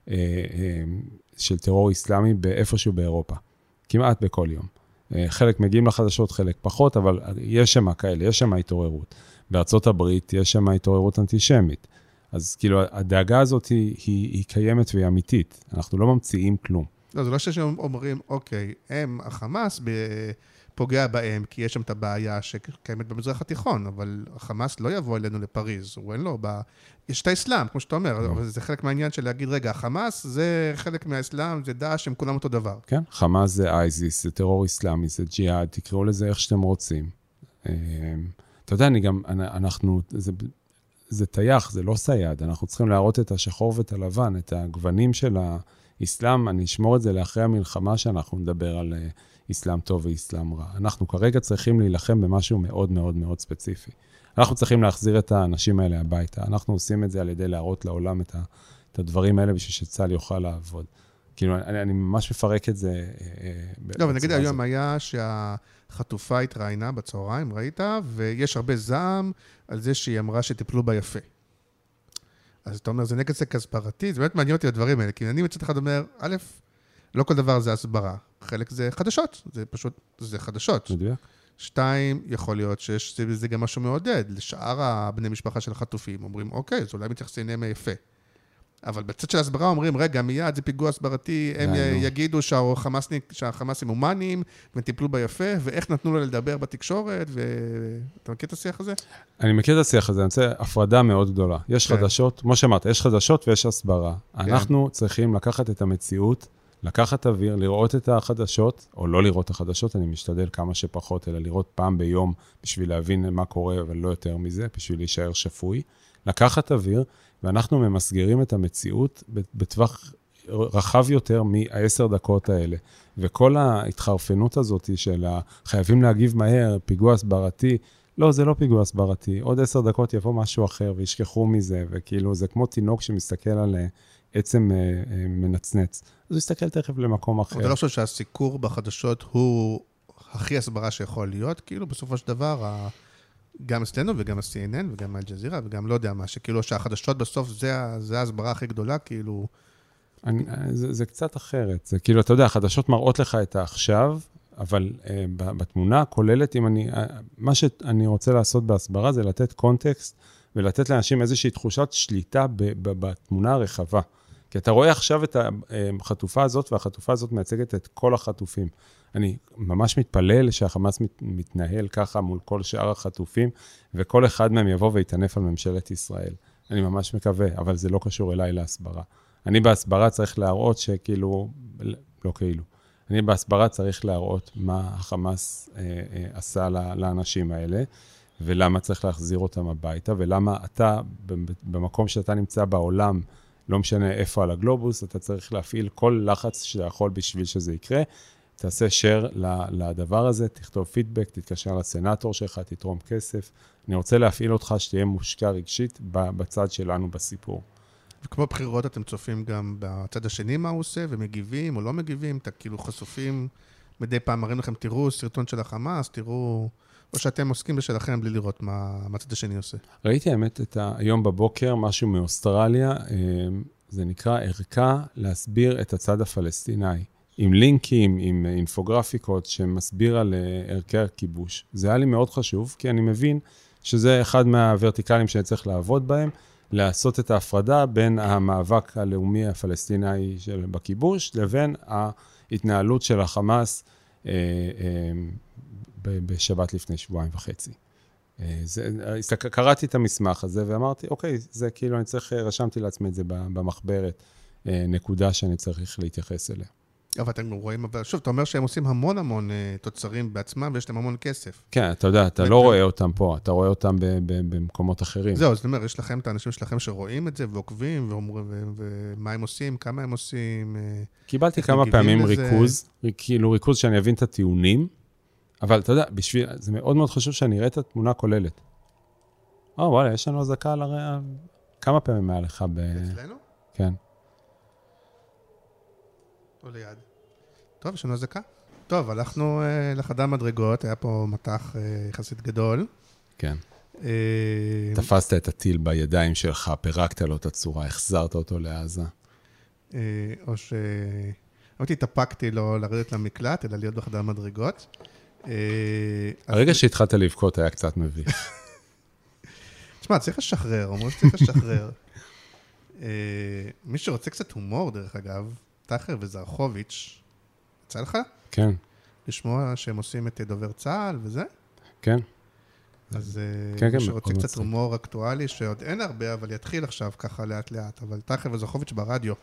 של טרור איסלאמי באיפשהו באירופה. כמעט בכל יום. חלק מגיעים לחדשות, חלק פחות, אבל יש שם כאלה, יש שם התעוררות. בארצות הברית יש שם התעוררות אנטישמית. אז כאילו, הדאגה הזאת היא קיימת והיא אמיתית. אנחנו לא ממציאים כלום. לא, זה לא שאומרים, אוקיי, החמאס פוגע בהם, כי יש שם את הבעיה שקיימת במזרח התיכון, אבל החמאס לא יבוא אלינו לפריז, הוא אין לו, יש את האסלאם, כמו שאתה אומר, אבל זה חלק מהעניין של להגיד, רגע, החמאס זה חלק מהאסלאם, זה דאעש, הם כולם אותו דבר. כן, חמאס זה אייזיס, זה טרור איסלאמי, זה ג'יהאד, תקראו לזה איך שאתם רוצים. אתה יודע, זה תייך, זה לא סייד, אנחנו צריכים להראות את השחור ואת הלבן, את הגוונים של האסלאם, אני אשמור את זה לאחרי המלחמה שאנחנו נדבר על אסלאם טוב ואסלאם רע. אנחנו כרגע צריכים להילחם במשהו מאוד מאוד מאוד ספציפי. אנחנו צריכים להחזיר את האנשים האלה הביתה. אנחנו עושים את זה על ידי להראות לעולם את הדברים האלה בשביל שצה"ל יוכל לעבוד. כאילו, אני ממש מפרק את זה. לא, ונגיד היום היה שהחטופה התראיינה בצהריים, ראית? ויש הרבה זעם על זה שהיא אמרה שטיפלו בה יפה. אז אתה אומר, זה נגד הסברתי, זה באמת מעניין אותי הדברים האלה, כי אני מצד אחד אומר, א', לא כל דבר זה הסברה, חלק זה חדשות, זה פשוט, זה חדשות. מדויק. 2, יכול להיות שיש זה גם משהו מעודד, לשאר הבני משפחה של החטופים, אומרים, אוקיי, אז אולי מתייחסים אליהם יפה. אבל בצד של הסברה אומרים, רגע, מיד זה פיגוע הסברתי, הם יגידו שהחמאסים הומניים, וטיפלו ביפה, ואיך נתנו לו לדבר בתקשורת, ואתה מכיר את השיח הזה? אני מכיר את השיח הזה, אני רוצה הפרדה מאוד גדולה. יש חדשות, כמו שאמרת, יש חדשות ויש הסברה. אנחנו צריכים לקחת את המציאות, לקחת אוויר, לראות את החדשות, או לא לראות את החדשות, אני משתדל כמה שפחות, אלא לראות פעם ביום, בשביל להבין מה קורה, אבל לא יותר מזה, בשביל להישאר שפוי. לקחת אוויר, ואנחנו ממסגרים את המציאות בטווח רחב יותר מ10 דקות האלה. וכל ההתחרפנות הזאת של חייבים להגיב מהר, פיגוע הסברתי, לא, זה לא פיגוע הסברתי. עוד 10 דקות יבוא משהו אחר וישכחו מזה, וכאילו זה כמו תינוק שמסתכל על עצם מנצנץ. אז הוא יסתכל תכף למקום אחר. אתה לא חושב שהסיקור בחדשות הוא הכי הסברה שיכול להיות? כאילו בסופו של דבר, גם אצלנו וגם ה-CNN וגם אל-ג'זירה וגם לא יודע מה, שכאילו שהחדשות בסוף זה ההסברה הכי גדולה, כאילו... זה קצת אחרת. זה כאילו, אתה יודע, החדשות מראות לך את העכשיו, אבל בתמונה כוללת, מה שאני רוצה לעשות בהסברה זה לתת קונטקסט, ולתת לאנשים איזושהי תחושת שליטה בתמונה הרחבה. כי אתה רואה עכשיו את החטופה הזאת, והחטופה הזאת מייצגת את כל החטופים. אני ממש מתפלל שהחמאס מתנהל ככה מול כל שאר החטופים, וכל אחד מהם יבוא ויתענף על ממשלת ישראל. אני ממש מקווה, אבל זה לא קשור אליי להסברה. אני בהסברה צריך להראות שכאילו, לא כאילו, אני בהסברה צריך להראות מה החמאס עשה לאנשים האלה, ולמה צריך להחזיר אותם הביתה, ולמה אתה, במקום שאתה נמצא בעולם, לא משנה איפה על הגלובוס, אתה צריך להפעיל כל לחץ שאתה יכול בשביל שזה יקרה, תעשה share לדבר הזה, תכתוב פידבק, תתקשר לסנאטור שלך, תתרום כסף. אני רוצה להפעיל אותך שתהיה מושקע רגשית בצד שלנו בסיפור. וכמו בחירות אתם צופים גם בצד השני מה הוא עושה, ומגיבים או לא מגיבים, אתה כאילו חשופים, מדי פעם מראים לכם, תראו סרטון של החמאס, תראו, או שאתם עוסקים בשלכם בלי לראות מה הצד השני עושה. ראיתי האמת היום בבוקר משהו מאוסטרליה, זה נקרא ערכה להסביר את הצד הפלסטיני. עם לינקים, עם אינפוגרפיקות שמסביר על ערכי הכיבוש. זה היה לי מאוד חשוב, כי אני מבין שזה אחד מהוורטיקלים שאני צריך לעבוד בהם, לעשות את ההפרדה בין המאבק הלאומי הפלסטיני בכיבוש, לבין ההתנהלות של החמאס בשבת לפני 2.5 שבועות. קראתי את המסמך הזה ואמרתי, אוקיי, זה כאילו אני צריך, רשמתי לעצמי את זה במחברת, נקודה שאני צריך להתייחס אליה. אבל אתם רואים, שוב, אתה אומר שהם עושים המון תוצרים בעצמם, ויש להם המון כסף. כן, אתה יודע, אתה לא רואה אותם פה, אתה רואה אותם במקומות אחרים. זהו, זאת אומרת, יש לכם את האנשים שלכם שרואים את זה, ועוקבים, ומה הם עושים, כמה הם עושים. קיבלתי כמה פעמים ריכוז, כאילו ריכוז שאני אבין את הטיעונים, אבל אתה יודע, זה מאוד מאוד חשוב שאני אראה את התמונה כוללת. וואלה, יש לנו הזקה על הרי... כמה פעמים היה לך אצלנו? כן. או ליד. טוב, יש לנו הזקה. טוב, הלכנו לחדר מדרגות, היה פה מתח יחסית גדול. כן. תפסת את הטיל בידיים שלך, פירקת לו את הצורה, החזרת אותו לעזה. או ש... אמרתי, התאפקתי לא לרדת למקלט, אלא להיות בחדר מדרגות. הרגע שהתחלת לבכות היה קצת מביך. תשמע, צריך לשחרר, אומרים שצריך לשחרר. מי שרוצה קצת הומור, דרך אגב, טחר וזרחוביץ', יצא לך? כן. לשמוע שהם עושים את דובר צה"ל וזה? כן. אז כן, מי שרוצה קצת הומור אקטואלי, שעוד אין הרבה, אבל יתחיל עכשיו ככה לאט לאט, אבל טחר וזרחוביץ' ברדיו.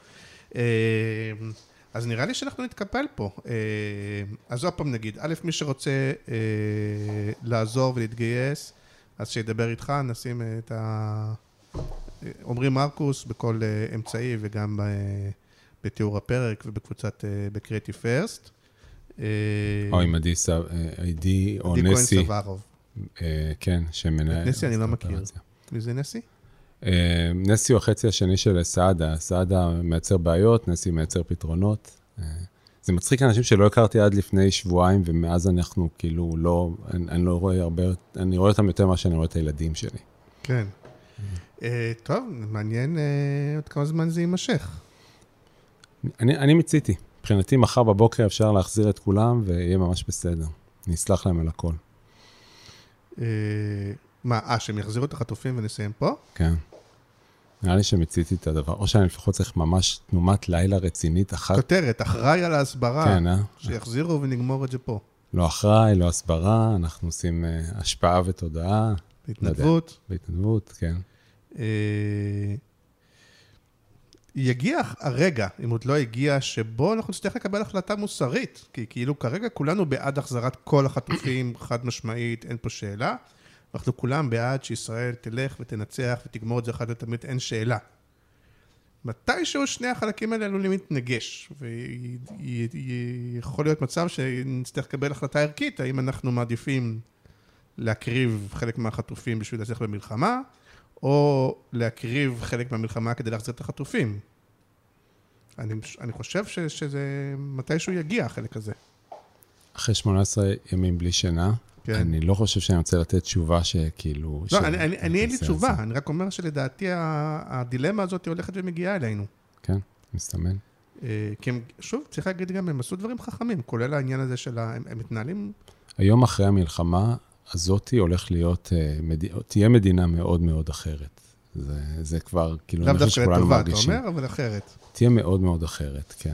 אז נראה לי שאנחנו נתקפל פה. אז עוד פעם נגיד, א', מי שרוצה לעזור ולהתגייס, אז שידבר איתך, נשים את אומרים מרקוס בכל אמצעי וגם בתיאור הפרק ובקבוצת בקריאטיב פרסט. או עם עדי או עדי נסי. כהן סברוב. כן, שמנהל. נסי אני לא מכיר. מי זה נסי? נסי הוא החצי השני של סעדה. סעדה מייצר בעיות, נסי מייצר פתרונות. זה מצחיק אנשים שלא הכרתי עד לפני שבועיים, ומאז אנחנו כאילו לא, אני לא רואה הרבה, אני רואה אותם יותר מה שאני רואה את הילדים שלי. כן. טוב, מעניין עוד כמה זמן זה יימשך. אני מציתי. מבחינתי, מחר בבוקר אפשר להחזיר את כולם, ויהיה ממש בסדר. אני אסלח להם על הכל. שהם יחזירו את החטופים ונסיים פה? כן. נראה לי שמציתי את הדבר. או שאני לפחות צריך ממש תנומת לילה רצינית אחת. כותרת, אחראי על ההסברה. כן, שיחזירו ונגמור את זה פה. לא אחראי, לא הסברה, אנחנו עושים השפעה ותודעה. בהתנדבות. בהתנדבות, כן. יגיע הרגע, אם עוד לא הגיע, שבו אנחנו נצטרך לקבל החלטה מוסרית, כי כאילו כרגע כולנו בעד החזרת כל החטופים, חד משמעית, אין פה שאלה, אנחנו כולם בעד שישראל תלך ותנצח ותגמור את זה אחת לתמיד, אין שאלה. מתישהו שני החלקים האלה עלולים להתנגש, ויכול להיות מצב שנצטרך לקבל החלטה ערכית, האם אנחנו מעדיפים להקריב חלק מהחטופים בשביל להצליח במלחמה, או להקריב חלק מהמלחמה כדי להחזיר את החטופים. אני חושב שזה מתישהו יגיע החלק הזה. אחרי 18 ימים בלי שינה, כן. אני לא חושב שאני רוצה לתת תשובה שכאילו... לא, אני אין לי תשובה, אני רק אומר שלדעתי הדילמה הזאת הולכת ומגיעה אלינו. כן, מסתמן. כי הם, שוב, צריך להגיד גם, הם עשו דברים חכמים, כולל העניין הזה של הם מתנהלים... היום אחרי המלחמה, הזאת הולך להיות, תהיה מדינה מאוד מאוד אחרת. זה כבר, כאילו, אני חושב שכולנו מרגישים. אתה אומר, אבל אחרת. תהיה מאוד מאוד אחרת, כן.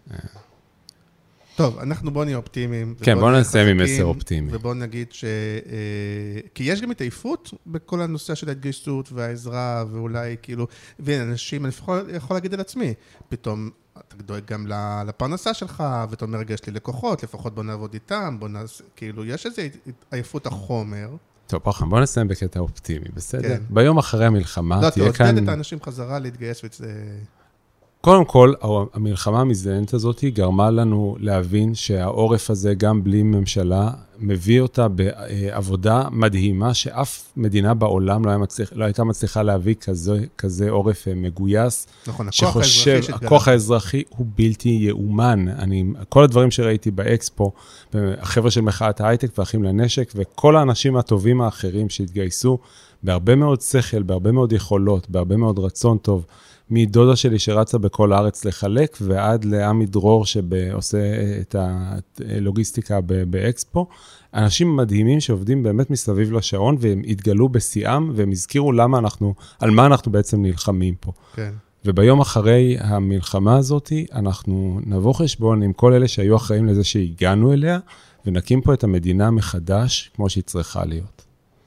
טוב, אנחנו בוא נהיה אופטימיים. כן, בוא נסיים עם מסר אופטימי. ובוא נגיד כי יש גם התעייפות בכל הנושא של ההתגייסות והעזרה, ואולי כאילו, ואנשים, אני יכול להגיד על עצמי, פתאום אתה דואג גם לפרנסה שלך, ואתה אומר, רגע, יש לי לקוחות, לפחות בוא נעבוד איתם, כאילו, יש איזו עייפות החומר. טוב, פרחם, בוא נסיים בקטע אופטימי, בסדר? כן. ביום אחרי המלחמה תהיה כאן... לא, תעודד את האנשים חזרה להתגייס וזה... קודם כל, המלחמה המזדיינת הזאת גרמה לנו להבין שהעורף הזה, גם בלי ממשלה, מביא אותה בעבודה מדהימה, שאף מדינה בעולם לא הייתה מצליחה להביא כזה עורף מגויס. נכון, הכוח האזרחי הוא בלתי יאומן. כל הדברים שראיתי באקספו, החבר'ה של מחאת ההייטק ואחים לנשק, וכל האנשים הטובים האחרים שהתגייסו, בהרבה מאוד שכל, בהרבה מאוד יכולות, בהרבה מאוד רצון טוב, מדודה שלי שרצה בכל הארץ לחלק, ועד לעמי דרור שעושה את הלוגיסטיקה באקספו. אנשים מדהימים שעובדים באמת מסביב לשעון, והם התגלו בשיאם, והם הזכירו על מה אנחנו בעצם נלחמים פה. כן. וביום אחרי המלחמה הזאת, אנחנו נבוא חשבון עם כל אלה שהיו אחראים לזה שהגענו אליה, ונקים פה את המדינה מחדש, כמו שהיא צריכה להיות.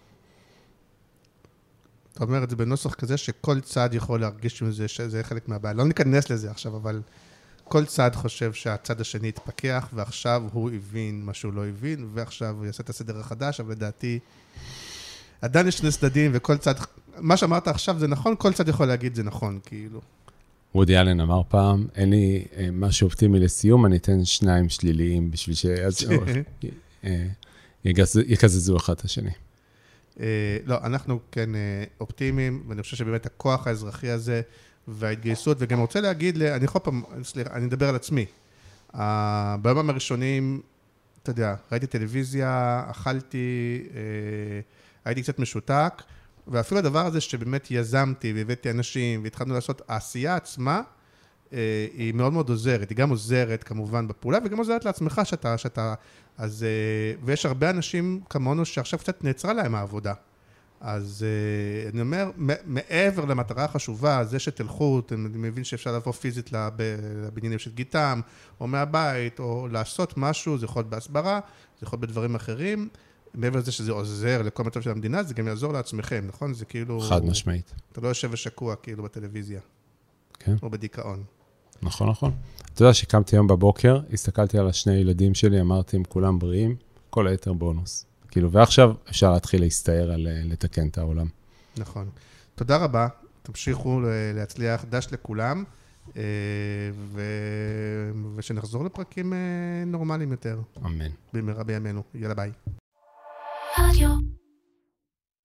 אתה אומר את זה בנוסח כזה שכל צד יכול להרגיש עם זה שזה חלק מהבעיה. לא ניכנס לזה עכשיו, אבל כל צד חושב שהצד השני יתפכח, ועכשיו הוא הבין מה שהוא לא הבין, ועכשיו הוא יעשה את הסדר החדש, אבל לדעתי, עדיין יש שני צדדים, וכל צד, מה שאמרת עכשיו זה נכון, כל צד יכול להגיד זה נכון, כאילו. וודי אלן אמר פעם, אין לי משהו אופטימי לסיום, אני אתן 2 שליליים בשביל יקזזו אחד את השני. לא, אנחנו כן אופטימיים, ואני חושב שבאמת הכוח האזרחי הזה וההתגייסות, וגם רוצה להגיד, אני יכול פעם, סליחה, אני מדבר על עצמי. בימים הראשונים, אתה יודע, ראיתי טלוויזיה, אכלתי, הייתי קצת משותק, ואפילו הדבר הזה שבאמת יזמתי והבאתי אנשים, והתחלנו לעשות, העשייה עצמה, היא מאוד מאוד עוזרת, היא גם עוזרת כמובן בפעולה, וגם עוזרת לעצמך שאתה אז, ויש הרבה אנשים כמונו שעכשיו קצת נעצרה להם העבודה. אז אני אומר, מעבר למטרה החשובה, זה שתלכו, אני מבין שאפשר לבוא פיזית לבניינים של גיטם, או מהבית, או לעשות משהו, זה יכול להיות בהסברה, זה יכול להיות בדברים אחרים. מעבר לזה שזה עוזר לכל מצב של המדינה, זה גם יעזור לעצמכם, נכון? זה כאילו... חד משמעית. אתה לא יושב ושקוע כאילו בטלוויזיה. כן. או בדיכאון. נכון, נכון. אתה יודע שקמתי היום בבוקר, הסתכלתי על 2 ילדים שלי, אמרתי, הם כולם בריאים, כל היתר בונוס. כאילו, ועכשיו אפשר להתחיל להסתער על לתקן את העולם. נכון. תודה רבה. תמשיכו להצליח, דש לכולם, ושנחזור לפרקים נורמליים יותר. אמן. במהרה בימינו. יאללה ביי. רדיו